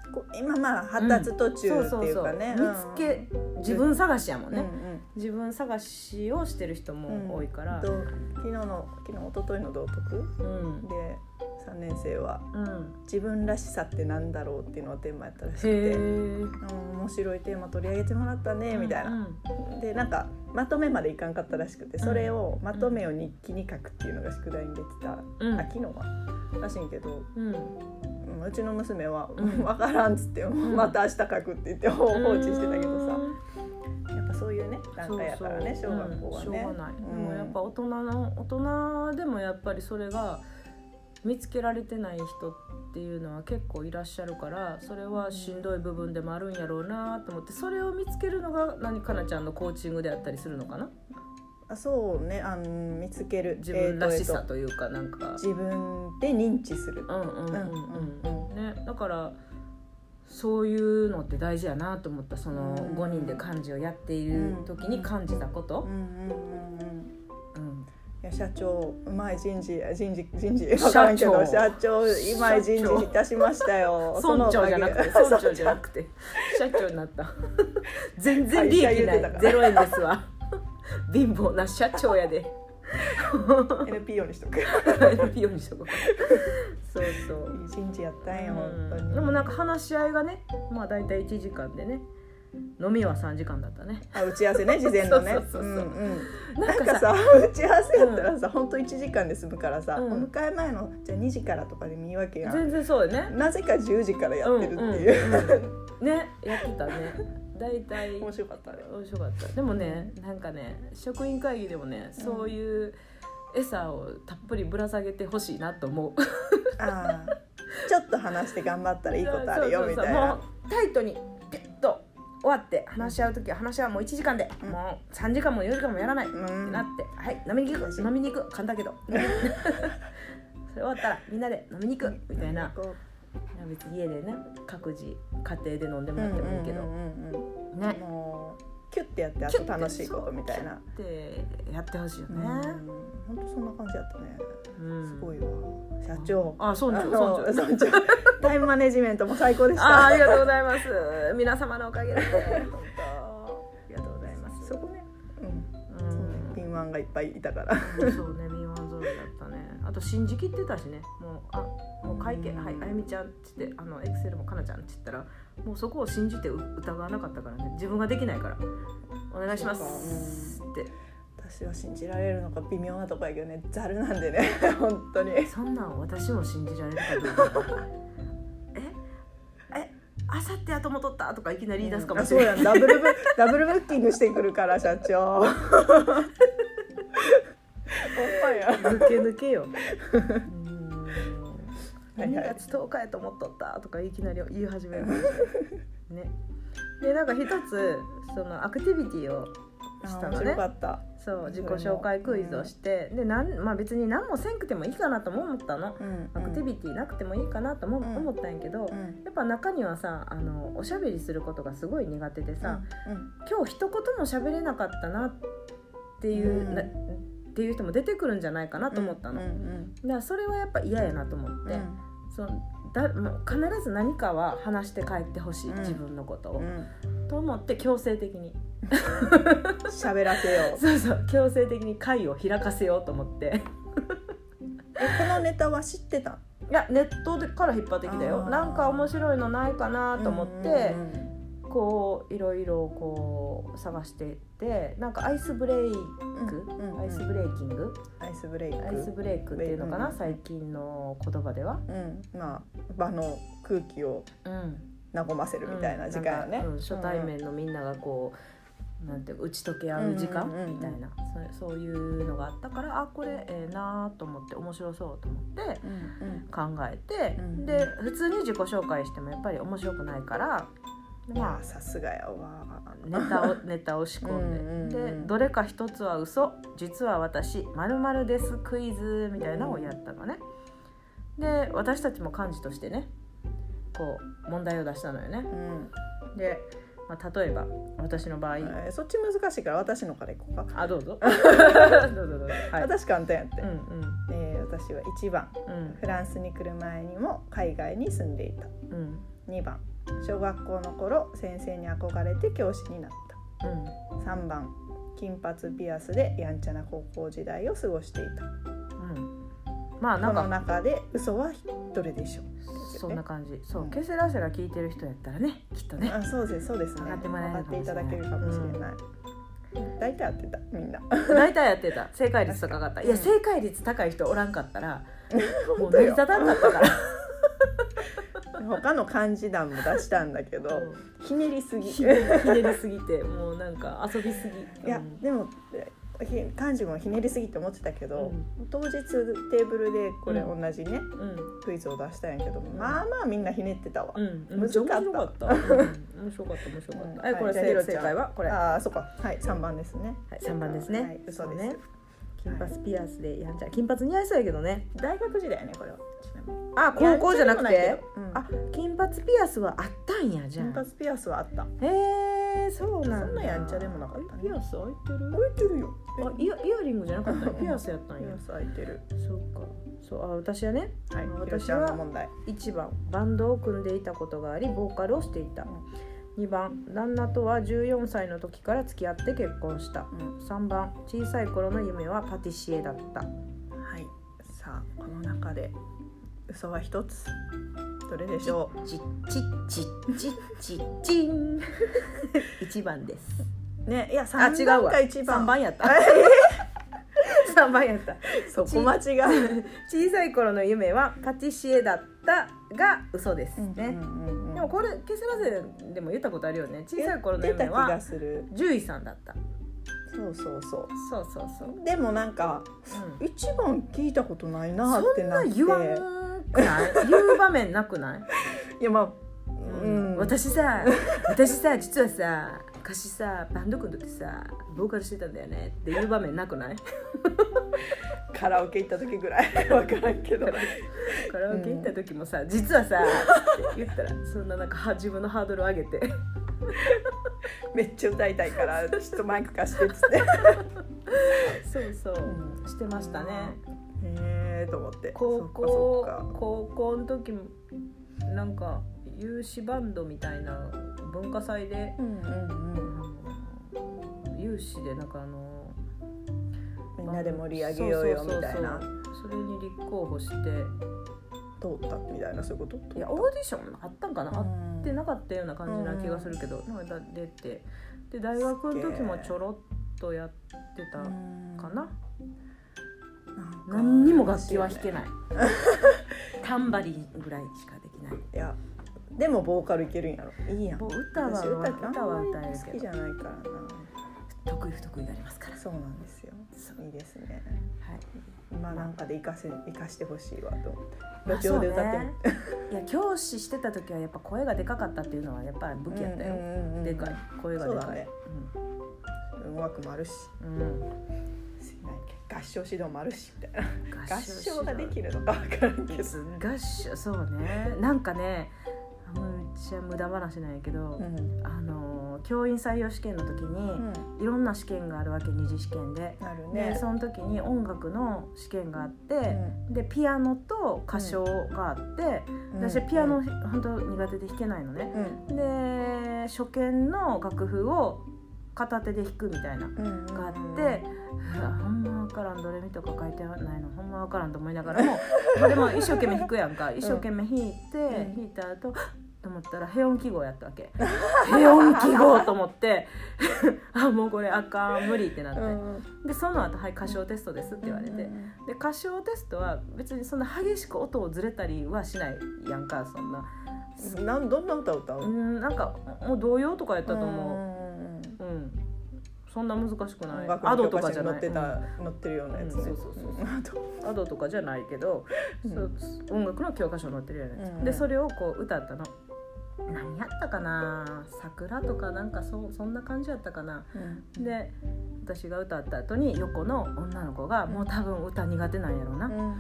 今まあ発達途中っていうかね、 そうそうそう見つけ、自分探しやもんね、うんうん、自分探しをしてる人も多いから、 うん、昨日の昨日一昨日の道徳、うん、でさんねん生は、うん、自分らしさってなんだろうっていうのがテーマやったらしくて、うん、面白いテーマ取り上げてもらったねみたいな、うんうん、でなんかまとめまでいかんかったらしくて、それをまとめを日記に書くっていうのが宿題に出てた、うん、あ昨日はらしいんけど、うんうちの娘は、うん、分からんっつって、うん、また明日書くって言って放置してたけどさ、やっぱそういうね段階やからね、小学校はね、うん、しょうがない、 うん、でもやっぱ大人の大人でもやっぱりそれが見つけられてない人っていうのは結構いらっしゃるから、それはしんどい部分でもあるんやろうなと思って、それを見つけるのが何かなちゃんのコーチングであったりするのかな。 あそうね、あの見つける自分らしさというか、なんか自分で認知する、 うんうんうんうんね、だからそういうのって大事やなと思った。そのごにんで幹事をやっている時に感じたこと。 いや社長うまい人事人事人事分からんけど社長うまい人事いたしましたよ。 村長じゃなくて村長じゃなくて社長になった全然利益ないゼロえんですわ貧乏な社長やでエヌピーオー にしとくエヌピーオー にしとこうそうそういい人事やったんよ、うん、本当に。 でもなんか話し合いがね、まあだいたいいちじかんでね、飲みはさんじかんだったね。 あ打ち合わせね事前のねそうそうそうそう、うんうん、なんかさ打ち合わせやったらさ、うん、ほんといちじかんで済むからさ、うん、お迎え前のじゃあにじからとかでもいいわけやん。 全然そうよね。 なぜかじゅうじからやってるっていう、うんうんうん、ねやってたね。だいたい面白かったね。 面白かった。でもね、なんかね職員会議でもね、そういう餌をたっぷりぶら下げてほしいなと思うあちょっと話して頑張ったらいいことあるよみたいな。 もうタイトにピュッと終わって話し合うときは話はもういちじかんで、うん、もうさんじかんもよじかんもやらない、うん、ってなってはい飲みに行く飲みに行く簡単だけどそれ終わったらみんなで飲みに行くみたいな。別に家でね各自家庭で飲んでもらってもいいけど、うんうんうんうん、ねもうキュッてやってあと楽しいことみたいなキュッてやってほしいよね。 本当そんな感じだったね、うん、すごいわ社長。 あ、そうね、村長タイムマネジメントも最高でした。 あ、ありがとうございます皆様のおかげで本当ありがとうございます。 そこね、うんうんそうね、敏腕がいっぱいいたからそうね、敏腕揃いだったね。あと信じきってたしね、もうあもう会計、はい、あゆみちゃんって言って、あのエクセルもかなちゃんって言ったらもうそこを信じて疑わなかったからね。自分ができないからお願いしますって。 私は信じられるのか微妙なとこやけどね、ざるなんでね本当に。 そんなん私も信じられるかどうかええあさってやともとったとかいきなり言い出すかもしれない、 うん、そうやんダブルブダブルブッキングしてくるから社長抜け抜けよにがつとおかやと思っとったとかいきなり言い始めるね。でなんか一つそのアクティビティをしたのね。面白かった。 そう自己紹介クイズをして、うん、でなん、まあ、別に何もせんくてもいいかなとも思ったの、うん、アクティビティなくてもいいかなとも思ったんやけど、うん、やっぱ中にはさあのおしゃべりすることがすごい苦手でさ、うんうん、今日一言もしゃべれなかったなっていう、うん、なっていう人も出てくるんじゃないかなと思ったの、うんうんうん、だからそれはやっぱ嫌やなと思って、うん、そのだもう必ず何かは話して帰ってほしい、うん、自分のことを、うん、と思って強制的に喋らせようそうそう強制的に会を開かせようと思ってえこのネタは知ってた？ いやネットでから引っ張ってきたよ。なんか面白いのないかなと思って、うんうんうん、こういろいろこう探していってなんかアイスブレイク、うんうん、アイスブレイキングアイスブレイクアイスブレイクっていうのかな、うん、最近の言葉では、 うん、まあ場の空気を和ませるみたいな時間よね、 うんうん、初対面のみんながこうなんていう打ち解け合う時間みたいな、うんうんうん、そ, そういうのがあったからあこれええなと思って面白そうと思って考えて、うんうん、で普通に自己紹介してもやっぱり面白くないからまあさすがやわネタをネタを仕込んで、うんうんうん、でどれか一つは嘘実は私〇〇ですクイズみたいなのをやったのね。で私たちも幹事としてねこう問題を出したのよね、うん、で、まあ、例えば私の場合、 えー、そっち難しいから私のからいこうか。 あどうぞどうぞどうぞ、 はい、私簡単やって、うんうんえー、私はいちばん、うん、フランスに来る前にも海外に住んでいた、うん、にばん小学校の頃先生に憧れて教師になった、うん、さんばん金髪ピアスでやんちゃな高校時代を過ごしていた、うんまあ、なんかこの中で嘘はどれでしょう、ね、 そんな感じそう、うん、ケセラセラ聞いてる人やったらねきっとねあそうですそうですね分かってもらえるかもしれない分かっていただけるかもしれない、うん、大体やってたみんな大体やってた正解率高かったいや正解率高い人おらんかったらもう成り立たんかったから他の漢字団も出したんだけど、うん、ひねりすぎひねりすぎてもうなんか遊びすぎ、 うん、いやでも漢字もひねりすぎって思ってたけど、うん、当日テーブルでこれ同じね、うん、クイズを出したんやけど、うん、まあまあみんなひねってたわ、うん、難かった面白かった、うん、面白かった面白かった、うん、これ正解はこれああそうかはいさんばんですね、 はい、さんばんですね、はい、 嘘ですね金髪ピアスでやんちゃ金髪似合いそうやけどね大学時代ねこれはあ高校じゃなくて、うん、あ金髪ピアスはあったんやじゃん金髪ピアスはあったへえそうなんだそんなやんちゃでもなかったねピアス開いてる開いてるよあイヤ、イヤリングじゃなかったピアスやったんやピアス開いてるそうかそうあ私はね、 はい、 私はいちばんバンドを組んでいたことがありボーカルをしていた、うん、にばん旦那とはじゅうよんさいの時から付き合って結婚した、うん、さんばん小さい頃の夢はパティシエだったはいさあこの中で嘘は一つどれでしょうちっちっちっちっちっちんいちばんですねいやさんばんかいちばんさんばんやったさんばんやったそこ間違う小さい頃の夢はパティシエだったが嘘ですね、うんうんうんうん、でもこれケセラセでも言ったことあるよね小さい頃の夢は獣医さんだったそうそうそうそうそうそうでもなんか、うん、一番聞いたことないなってなってそんな言わんくない言う場面なくないいやまあ、 うん、私さ私さ実はさ昔さバンド組んでてさボーカルしてたんだよねっていう場面なくないカラオケ行った時ぐらい分からんけどカラオケ行った時もさ、うん、実はさって言ったらそんななんか自分のハードル上げてめっちゃ歌いたいからちょっとマイク貸してっつってそうそう、うん、してましたねへえと思って高校高校の時もなんか有志バンドみたいな文化祭で、うんうんうん、有志でなんかあのみんなで盛り上げようよみたいなそうそうそうそうそれに立候補して通ったみたいなそういうこといやオーディションあったんかな、うん、あってなかったような感じな気がするけど、うん、なんか出てで大学の時もちょろっとやってたかな、うん、何にも楽器は弾けないタンバリンぐらいしかできないいやでもボーカルいけるんやろいいやん歌は歌歌は歌えるけど好きじゃないからな得意不得意がありますからそうなんですよいいですねはい今なんかで生かせ生かしてほしいわと思って路上で歌ってみて、 ね、いや教師してた時はやっぱ声がでかかったっていうのはやっぱり武器やったよ、うんうんうん、でかい声がでかいそうだね、 うん、音楽もあるし、うん、合唱指導もあるしみたいな合唱ができるのか分からんけど合唱そうねなんかねめっちゃ無駄話なんやけど、うん、あの教員採用試験の時に、うん、いろんな試験があるわけ二次試験で、なるね、でその時に音楽の試験があって、うん、でピアノと歌唱があって、うん、私ピアノ、うん、本当苦手で弾けないのね、うん、で初見の楽譜を片手で弾くみたいながあって、うん、ほんま分からんドレミとか書いてないのほんま分からんと思いながらもでも一生懸命弾くやんか一生懸命弾いて、うん、弾いた後と思ったらヘ音記号やったわけヘ音記号と思ってあもうこれあかん無理ってなって、うん、でその後はい歌唱テストですって言われて、うん、で歌唱テストは別にそんな激しく音をずれたりはしないやんかそんななんどんな歌歌うの、 うん、なんかもう童謡とかやったと思ううん、そんな難しくない。アドとかじゃない。 乗ってた、うん、乗ってるようなやつね。うん、そうそうそうそう。アドとかじゃないけど、うん、そう音楽の教科書載ってるようなやつ、うん、でそれをこう歌ったの。何やったかな、桜とかなんかそそんな感じやったかな。うん、で私が歌った後に横の女の子がもう多分歌苦手なんやろうな。うん、桜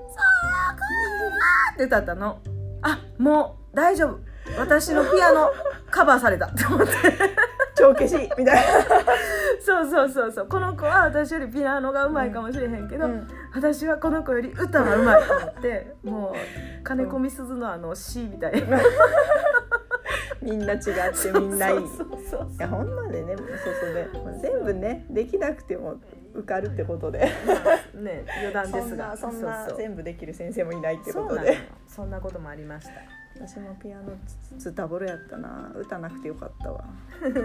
って歌ったの。あ、もう大丈夫。私のピアノカバーされたって思って。 帳消しみたいなそうそうそうそうこの子は私よりピアノが上手いかもしれへんけど、うん、私はこの子より歌が上手いと思ってもう金子みすずのあの C みたいなみんな違ってみんないい。 そうそうそうそう、 いやほんまでね、そうそうで、まあ、全部ねできなくても受かるってことで、 ね、余談ですが、 そんなそんなそうそう全部できる先生もいないってことそうなのよ、 で、 そんなこともありました。 私もピアノズタボロやったな、歌なくてよかったわ。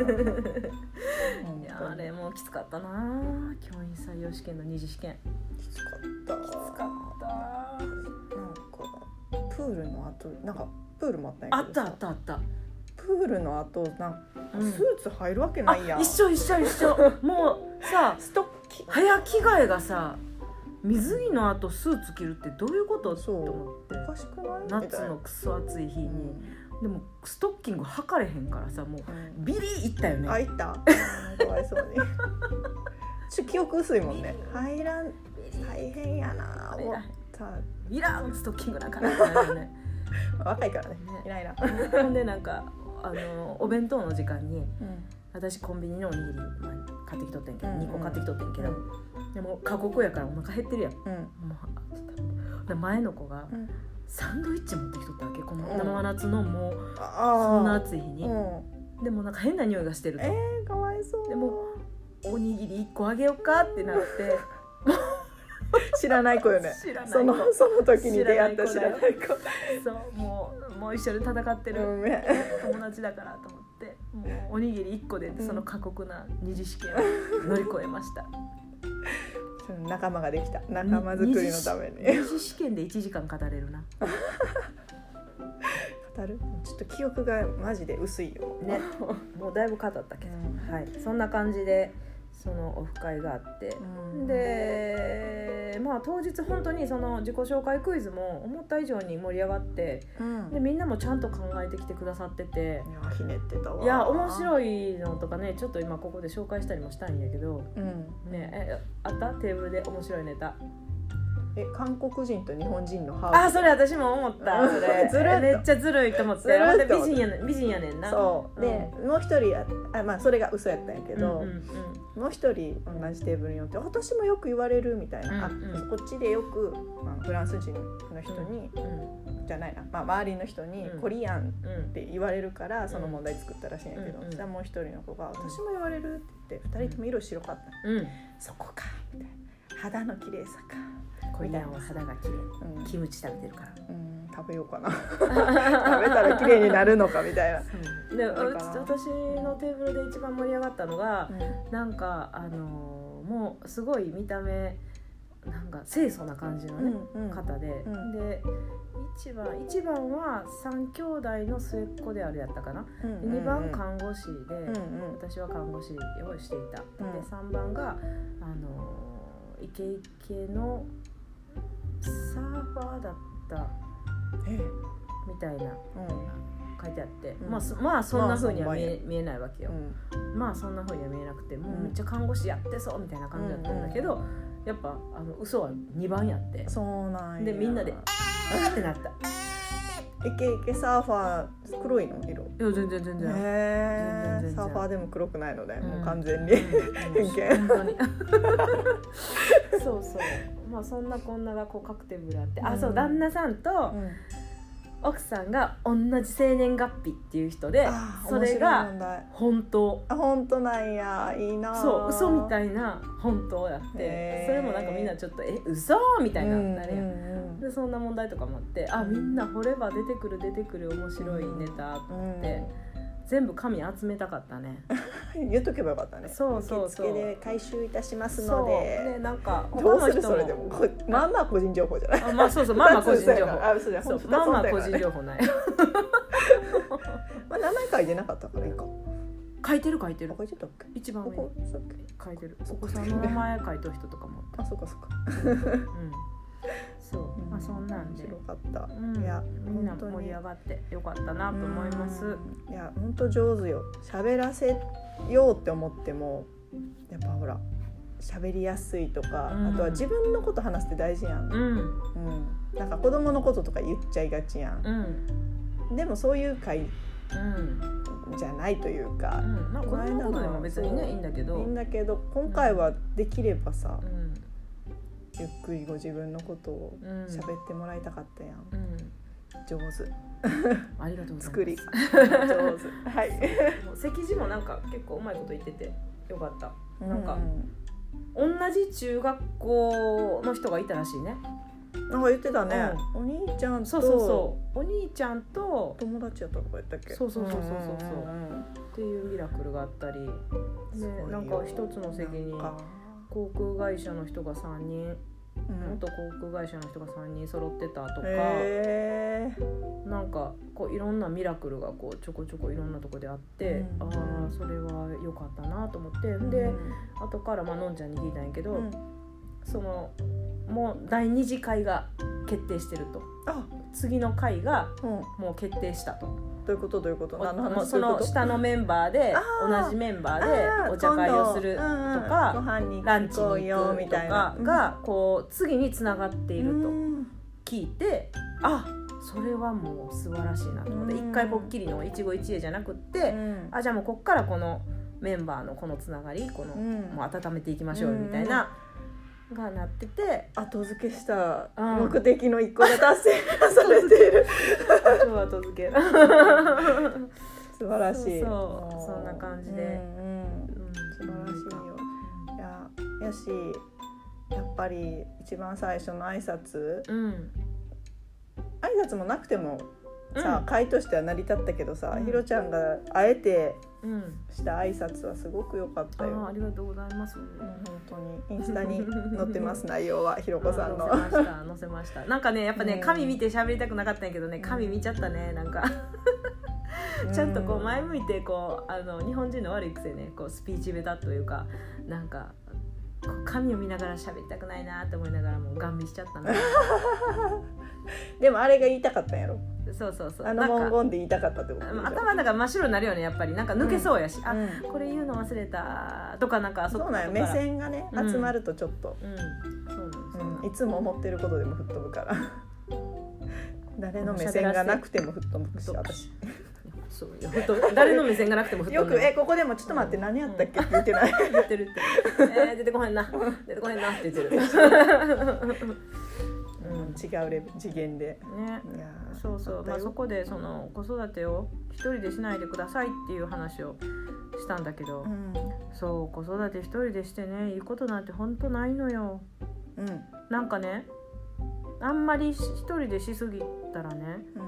いやあれもうきつかったな、教員採用試験の二次試験きつかったきつかった。 なんかプールの後なんかプールもあったんやあけどさ、 ったあったあった、 プールの後なんかうんスーツ入るわけないやん、 あ一緒一緒一緒もうさストッキ早着替えがさ、水着の後スーツ着るってどういうことってそう思って、 おかしくない夏のクソ暑い日に、 うん、 でもストッキング履かれへんからさ、もううん、 ビリいったよね。 あいったかわいそうにちょ記憶薄いもんね、入らん大変やな思ったいらんストッキングなんかなってなるよね若いからね、 ねいらいら、 ほんでなんかあのお弁当の時間にうん、 私コンビニのおにぎり、まあ、買ってきとってんけど、 うんうん、 にこ買ってきとってんけど、 うん、 でも過酷やからお腹減ってるやん、 うんもうで前の子がうんサンドイッチ持ってきとったわけ、この生夏のもうあそんな暑い日に、 うん、 でもなんか変な匂いがしてると、 えー、かわいそうでもおにぎりいっこあげようかってなって知らない子よね、 知らない子そのその時に出会った知らない子、 そうもうもう一緒に戦ってる、 うんね、 友達だからと思ってもうおにぎりいっこでその過酷な二次試験を乗り越えました、 うん、仲間ができた、仲間作りのために二次試験でいちじかん語れるな語るちょっと記憶がマジで薄いよねもうだいぶ語ったけど、 うん、 はい、そんな感じでそのオフ会があって、 うん、 でまあ当日本当にその自己紹介クイズも思った以上に盛り上がって、 うん、 でみんなもちゃんと考えてきてくださってて、 いやひねってたわ、 いや面白いのとかねちょっと今ここで紹介したりもしたいんやけど、 うんね、えあったテーブルで面白いネタ、 え韓国人と日本人のハーフ、 あそれ私も思ったそれずるっとめっちゃずるいと思って、 ずるっとほんで美人やねん美人やねんな、 そうで、もう一人やあ、まあ、それが嘘やったんやけど、 うんうんうんもう一人同じテーブルにおって私もよく言われるみたいな、 うんうんあこっちでよく、まあ、フランス人の人に、 うんじゃないな、まあ、周りの人に、 うんコリアンうんって言われるからその問題作ったらしいんやけど、 うんうんそしたらもう一人の子が私も言われるって言ってふたりとも色白かったの、 うんそこかみたいな、肌の綺麗さか、 コリアンは肌が綺麗、 うんキムチ食べてるからうん、食べようかな食べたら綺麗になるのかみたいな、 でだから私のテーブルで一番盛り上がったのが、 うんなんかあのーもうすごい見た目なんか清楚な感じのね、 うんうん方で、 うんで一番一番は三兄弟の末っ子であるやったかな、 うんうんうん、 でにばん看護師で、 うんうん私は看護師をしていた、 うんでさんばんが、あのーイケイケのサーファーだったえみたいなうん書いてあって、 うんまあ、そまあそんな風には見え,、 まあそんな見えないわけよ、 うんまあそんな風には見えなくてもううんめっちゃ看護師やってそうみたいな感じだったんだけど、やっぱあの嘘はにばんやってそうなんやでみんなであーってなった。 イケイケサーファー黒いの色いや全然全然、 へ全然全然ーサーファーでも黒くないので、 うんもう完全に、 うん偏見本当にそうそうまあそんなこんながこうカクテルあって、あそう旦那さんとうん奥さんが同じ生年月日っていう人で、 あーそれ面白いが問題本当、 あ本当なんやいいなそう嘘みいたいな本当やって、 へーそれもなんかみんなちょっとえ嘘みたいななるやん、 うんうんでそんな問題とかもあってあみんな掘れば出てくる出てくる面白いネタと思って、全部紙集めたかったね。 うん、言っとけばよかったね。 そうそうそう受付で回収いたしますそうので。 でなんかどうする他の人それでもこまあまあ個人情報じゃない。 あまあそうそうまあまあ個人情報あそうじゃそう二つまあまあ個本体からね人情報ないまあ名前書いてなかったからいいか。 書いてる書いてる書いてたっけ？ 一番上にここそうっけ書いてるお子さんの名前書いてる人とかもあそっかそっか。 うんそうまあそんなんで面白かった。 うんいやみんな本当に盛り上がってよかったなと思います。 うんいや本当上手よ。喋らせようって思ってもやっぱほら喋りやすいとか、 うんあとは自分のこと話すって大事やん。 うんうん。なんか子供のこととか言っちゃいがちやん。 うんでもそういう会うんじゃないというか、 うんまあ子供のことでも別にねいいんだけどいいんだけど今回はできればさ、 うんゆっくりご自分のことをうん喋ってもらいたかったやん。 うん上手ありがとうございます作り上手はい席次もなんか結構うまいこと言っててよかった、うん、なんか同じ中学校の人がいたらしいね。 なんか言ってたね、うん、お兄ちゃんとそうそうそうお兄ちゃんと友達やったとか言ったっけ。 そうそうそうそうそうそうっていうミラクルがあったりで、なんか一つの席に航空会社の人がさんにん、うん、元航空会社の人がさんにん揃ってたとか、なんかこういろんなミラクルがこうちょこちょこいろんなとこであって、うん、ああそれは良かったなと思って、うん、で後からまあのんちゃんに聞いたんやけど、うん、そのもうだいに次会が決定してると。あ次の会がもう決定したと、うん、 どういうことどういうこと。何の話。 その下のメンバーで同じメンバーでお茶会をするとか、うん、ランチに行くとかがこう次につながっていると聞いて、あそれはもう素晴らしいなと思って、一回ぽっきりの一期一会じゃなくって、うん、あじゃあもうこっからこのメンバーのこのつながりこの、うん、もう温めていきましょうみたいな、うん、がなってて、 後付けした目的の一個が達成されている超後付け素晴らしい。 そうそうそんな感じで、うんうんうん、素晴らしいよ。いや、やしやっぱり一番最初の挨拶、うん挨拶もなくてもさ、うん、会としては成り立ったけどさ、うん、ひろちゃんがあえてした挨拶はすごく良かったよ、 うん、あ, ありがとうございます、うん、 本当にインスタに載ってます内容はひろこさんの載せました載せました。なんかねやっぱね紙見て喋りたくなかったんやけどね、紙見ちゃったねなんかちゃんとこう前向いてこうあの日本人の悪い癖ねこうスピーチベタというかなんか紙を見ながら喋りたくないなって思いながらもうガン見しちゃったのでもあれが言いたかったんやろ。 そうそうそうあの文言で言いたかったってこと。 頭の中真っ白になるよねやっぱりなんか抜けそうやし、うん、あ、うん、これ言うの忘れたとかなんかあそこそうなんよ目線がね、うん、集まるとちょっと、 うんそうなん、うん、いつも思ってることでも吹っ飛ぶから誰の目線がなくても吹っ飛ぶし私そういや誰の目線がなくても吹っ飛ぶよくえここでもちょっと待って、うん、何やったっけって言ってない言ってるってる、えー、出てこへんな出てこへんなって言ってるうん、違うレベル次元で、 ね、いやそうそう、まあ、そこでその子育てを一人でしないでくださいっていう話をしたんだけど、うん、そう子育て一人でしてねいいことなんて本当ないのよ、うん、なんかねあんまり一人でしすぎたらね、うん、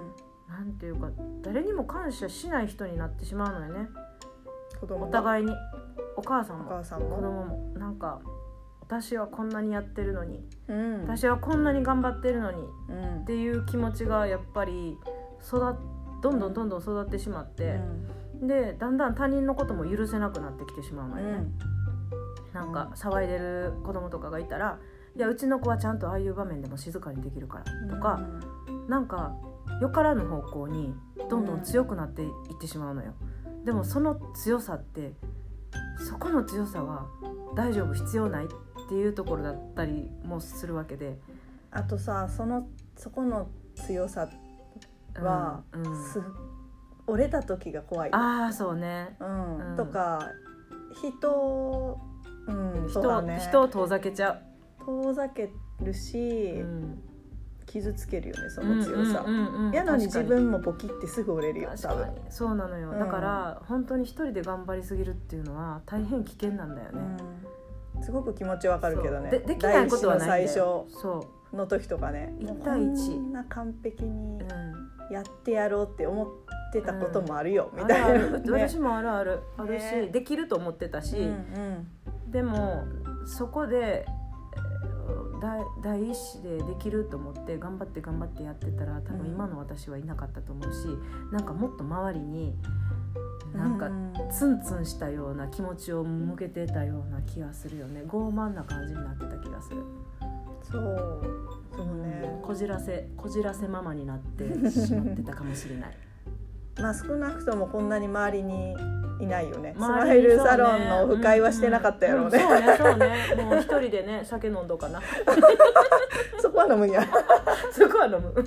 なんていうか誰にも感謝しない人になってしまうのよね。 子供お互いにお母さんもお母さんも子供もなんか私はこんなにやってるのに、うん、私はこんなに頑張ってるのに、うん、っていう気持ちがやっぱり育どんどんどんどん育ってしまって、うん、でだんだん他人のことも許せなくなってきてしまうのよね、うん、なんか騒いでる子供とかがいたらいやうちの子はちゃんとああいう場面でも静かにできるからとか、うん、なんかよからぬ方向にどんどん強くなっていってしまうのよ。でもその強さってそこの強さは大丈夫必要ないっていうところだったりもするわけで、 あとさそのそこの強さは、うんうん、す折れた時が怖い。 ああそうね、 うんうん、とか人、うん、 人を、ね、人を遠ざけちゃう遠ざけるし、うん、傷つけるよねその強さ、うんうんうんうん、やのに自分もボキってすぐ折れるよ多分。 そうなのよ、うん、だから本当に一人で頑張りすぎるっていうのは大変危険なんだよね、 うん、すごく気持ちわかるけどね。 で, できないことはないんだよ。 最初の時とかねいち対いちこんな完璧にやってやろうって思ってたこともあるよ、うん、みたいな、ね、 あるある私もあるあるあるし、ね、できると思ってたし、うんうん、でもそこで第, 第一子でできると思って頑張って頑張ってやってたら多分今の私はいなかったと思うし、うん、なんかもっと周りになんかツンツンしたような気持ちを向けてたような気がするよね。傲慢な感じになってた気がする。 そうそうね、 こじらせこじらせママになってしまってたかもしれないまあ少なくともこんなに周りにいないよね。スマイルサロンのオフ会はしてなかったやろうね、 うんうんうん、そうねそうねもう一人でね酒飲んどうかなそこは飲むんやそこは飲む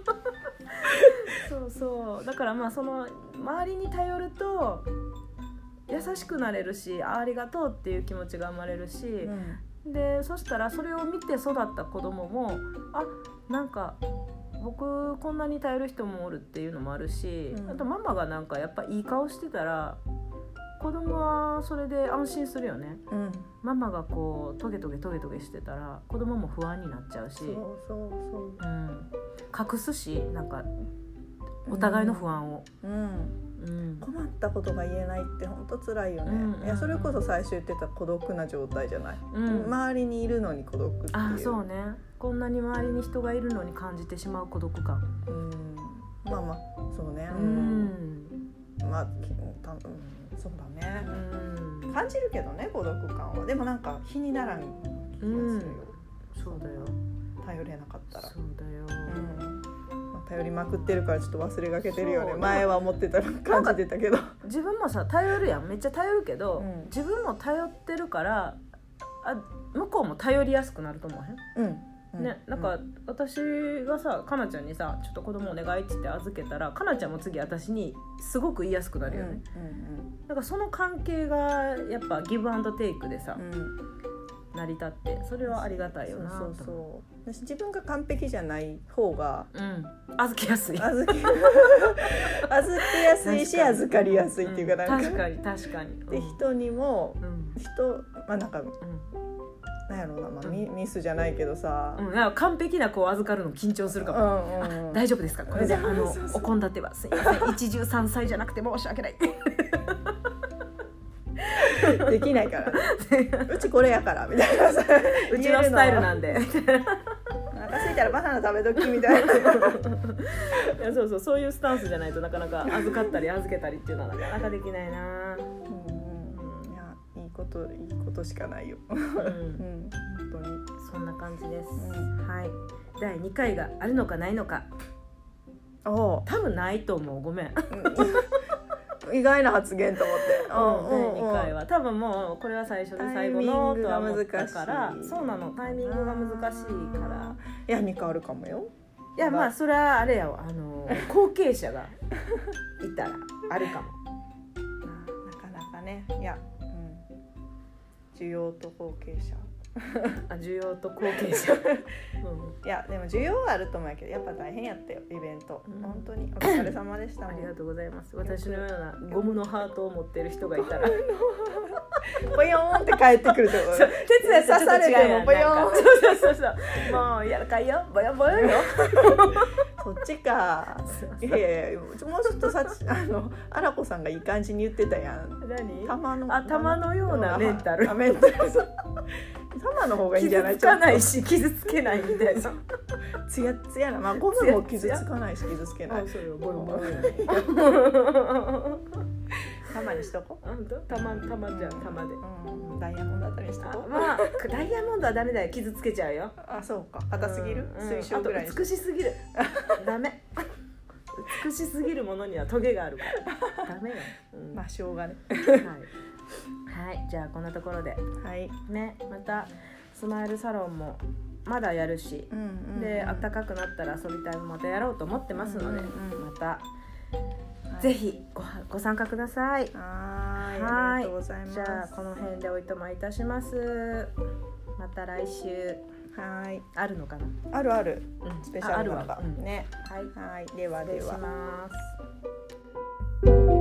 そうそうだからまあその周りに頼ると優しくなれるし あ, ありがとうっていう気持ちが生まれるし、うん、でそしたらそれを見て育った子供もあなんか僕こんなに頼る人もおるっていうのもあるし、うん、あとママがなんかやっぱいい顔してたら子供はそれで安心するよね、うん、ママがこうトゲトゲトゲトゲしてたら子供も不安になっちゃうし、そうそうそう、うん、隠すしなんかお互いの不安を、うんうんうん、困ったことが言えないって本当辛いよね、うんうんうん、いやそれこそ最初言ってた孤独な状態じゃない、うん、周りにいるのに孤独っていう。 あ、そうね、こんなに周りに人がいるのに感じてしまう孤独感、 うん、まあまあそうね、うん、まあた、うん、そうだね、うん、感じるけどね孤独感は。でもなんか比にならん気がするよ、うん、 そうだよ、 頼れなかったら。 そうだよ、うん頼りまくってるからちょっと忘れがけてるよね。前は思ってた感じてたけど自分もさ頼るやん、めっちゃ頼るけど、うん、自分も頼ってるからあ向こうも頼りやすくなると思わへん、うんね、なんか私がさかなちゃんにさちょっと子供お願いって言って預けたらかなちゃんも次私にすごく言いやすくなるよね、うんうんうん、だからその関係がやっぱギブアンドテイクでさ、うん成り立ってそれはありがたいよな。 そうそうそう、私自分が完璧じゃない方が、 うん、預けやすい預け預けやすいし預かりやすいっていうか、なんか、 うん、確かに確かに、 で人にも、うん、人まあなんか、うん、なんやろうな、まあ、ミ, ミスじゃないけどさ、 うん、なんか完璧な子を預かるの緊張するかも、うんうんうん、大丈夫ですかこれであのお献立はすいません一汁三菜じゃなくて申し訳ないできないからうちこれやからみたいなさうちのスタイルなんでお腹空いたらバナナ食べときみたいないやそうそうそういうスタンスじゃないとなかなか預かったり預けたりっていうのはなかなかできないな、うんうん、いやいいこといいことしかないよ、うんうん、本当にそんな感じです、うん、はいだいにかいがあるのかないのか、お多分ないと思う、ごめん意外な発言と思って、 うん、だいにかいは多分もうこれは最初で最後のとは思ったから、そうなの、タイミングが難しいから。 いやにかあるかもよ。 いやまあそれはあれやわ、あの後継者がいたらあるかもなかなかね、いや、うん、需要と後継者あ需要と後継者、うん、 いやでも需要はあると思うけどやっぱ大変やったよイベント、うん、本当にお疲れ様でしたありがとうございます。私のようなゴムのハートを持ってる人がいたらポヨーンって帰ってくるってこと鉄で刺されてもポヨーンそうそうそうそうもうやらかいよボヨボヨよそっちか。いやいやもうちょっとさあのあらこさんがいい感じに言ってたやん。 何？ 玉のあ玉のようなメンタル。 メンタル玉の方がいいんじゃない？ 傷つかないし傷つけないみたいな。 つやつやな。まあゴムも傷つかないし傷つけない。 そうよボヨボヨ。 玉にしとこ。 玉玉じゃ玉で。 うん、ダイヤモンドあたりにしとこ。 まあダイヤモンドはダメだよ、傷つけちゃうよ。 あそうか。硬すぎる？水晶ぐらいに。 美しすぎる。ダメ。美しすぎるものにはトゲがあるから。ダメよ。 うん、まあしょうがね。 はい。はい、じゃあこんなところで、 はい、 ね、またスマイルサロンもまだやるし、うんうんうん、で暖かくなったら遊びたいもまたやろうと思ってますので、うんうんうん、また、はい、ぜひ ご, ご参加ください。 はい、ありがとうございます。 じゃあこの辺でおいとまいたします。また来週。 はい、 あるのかな？ あるある、 うん、 スペシャルなのが、 うん、 ね、はい、はい、ではでは。 失礼します。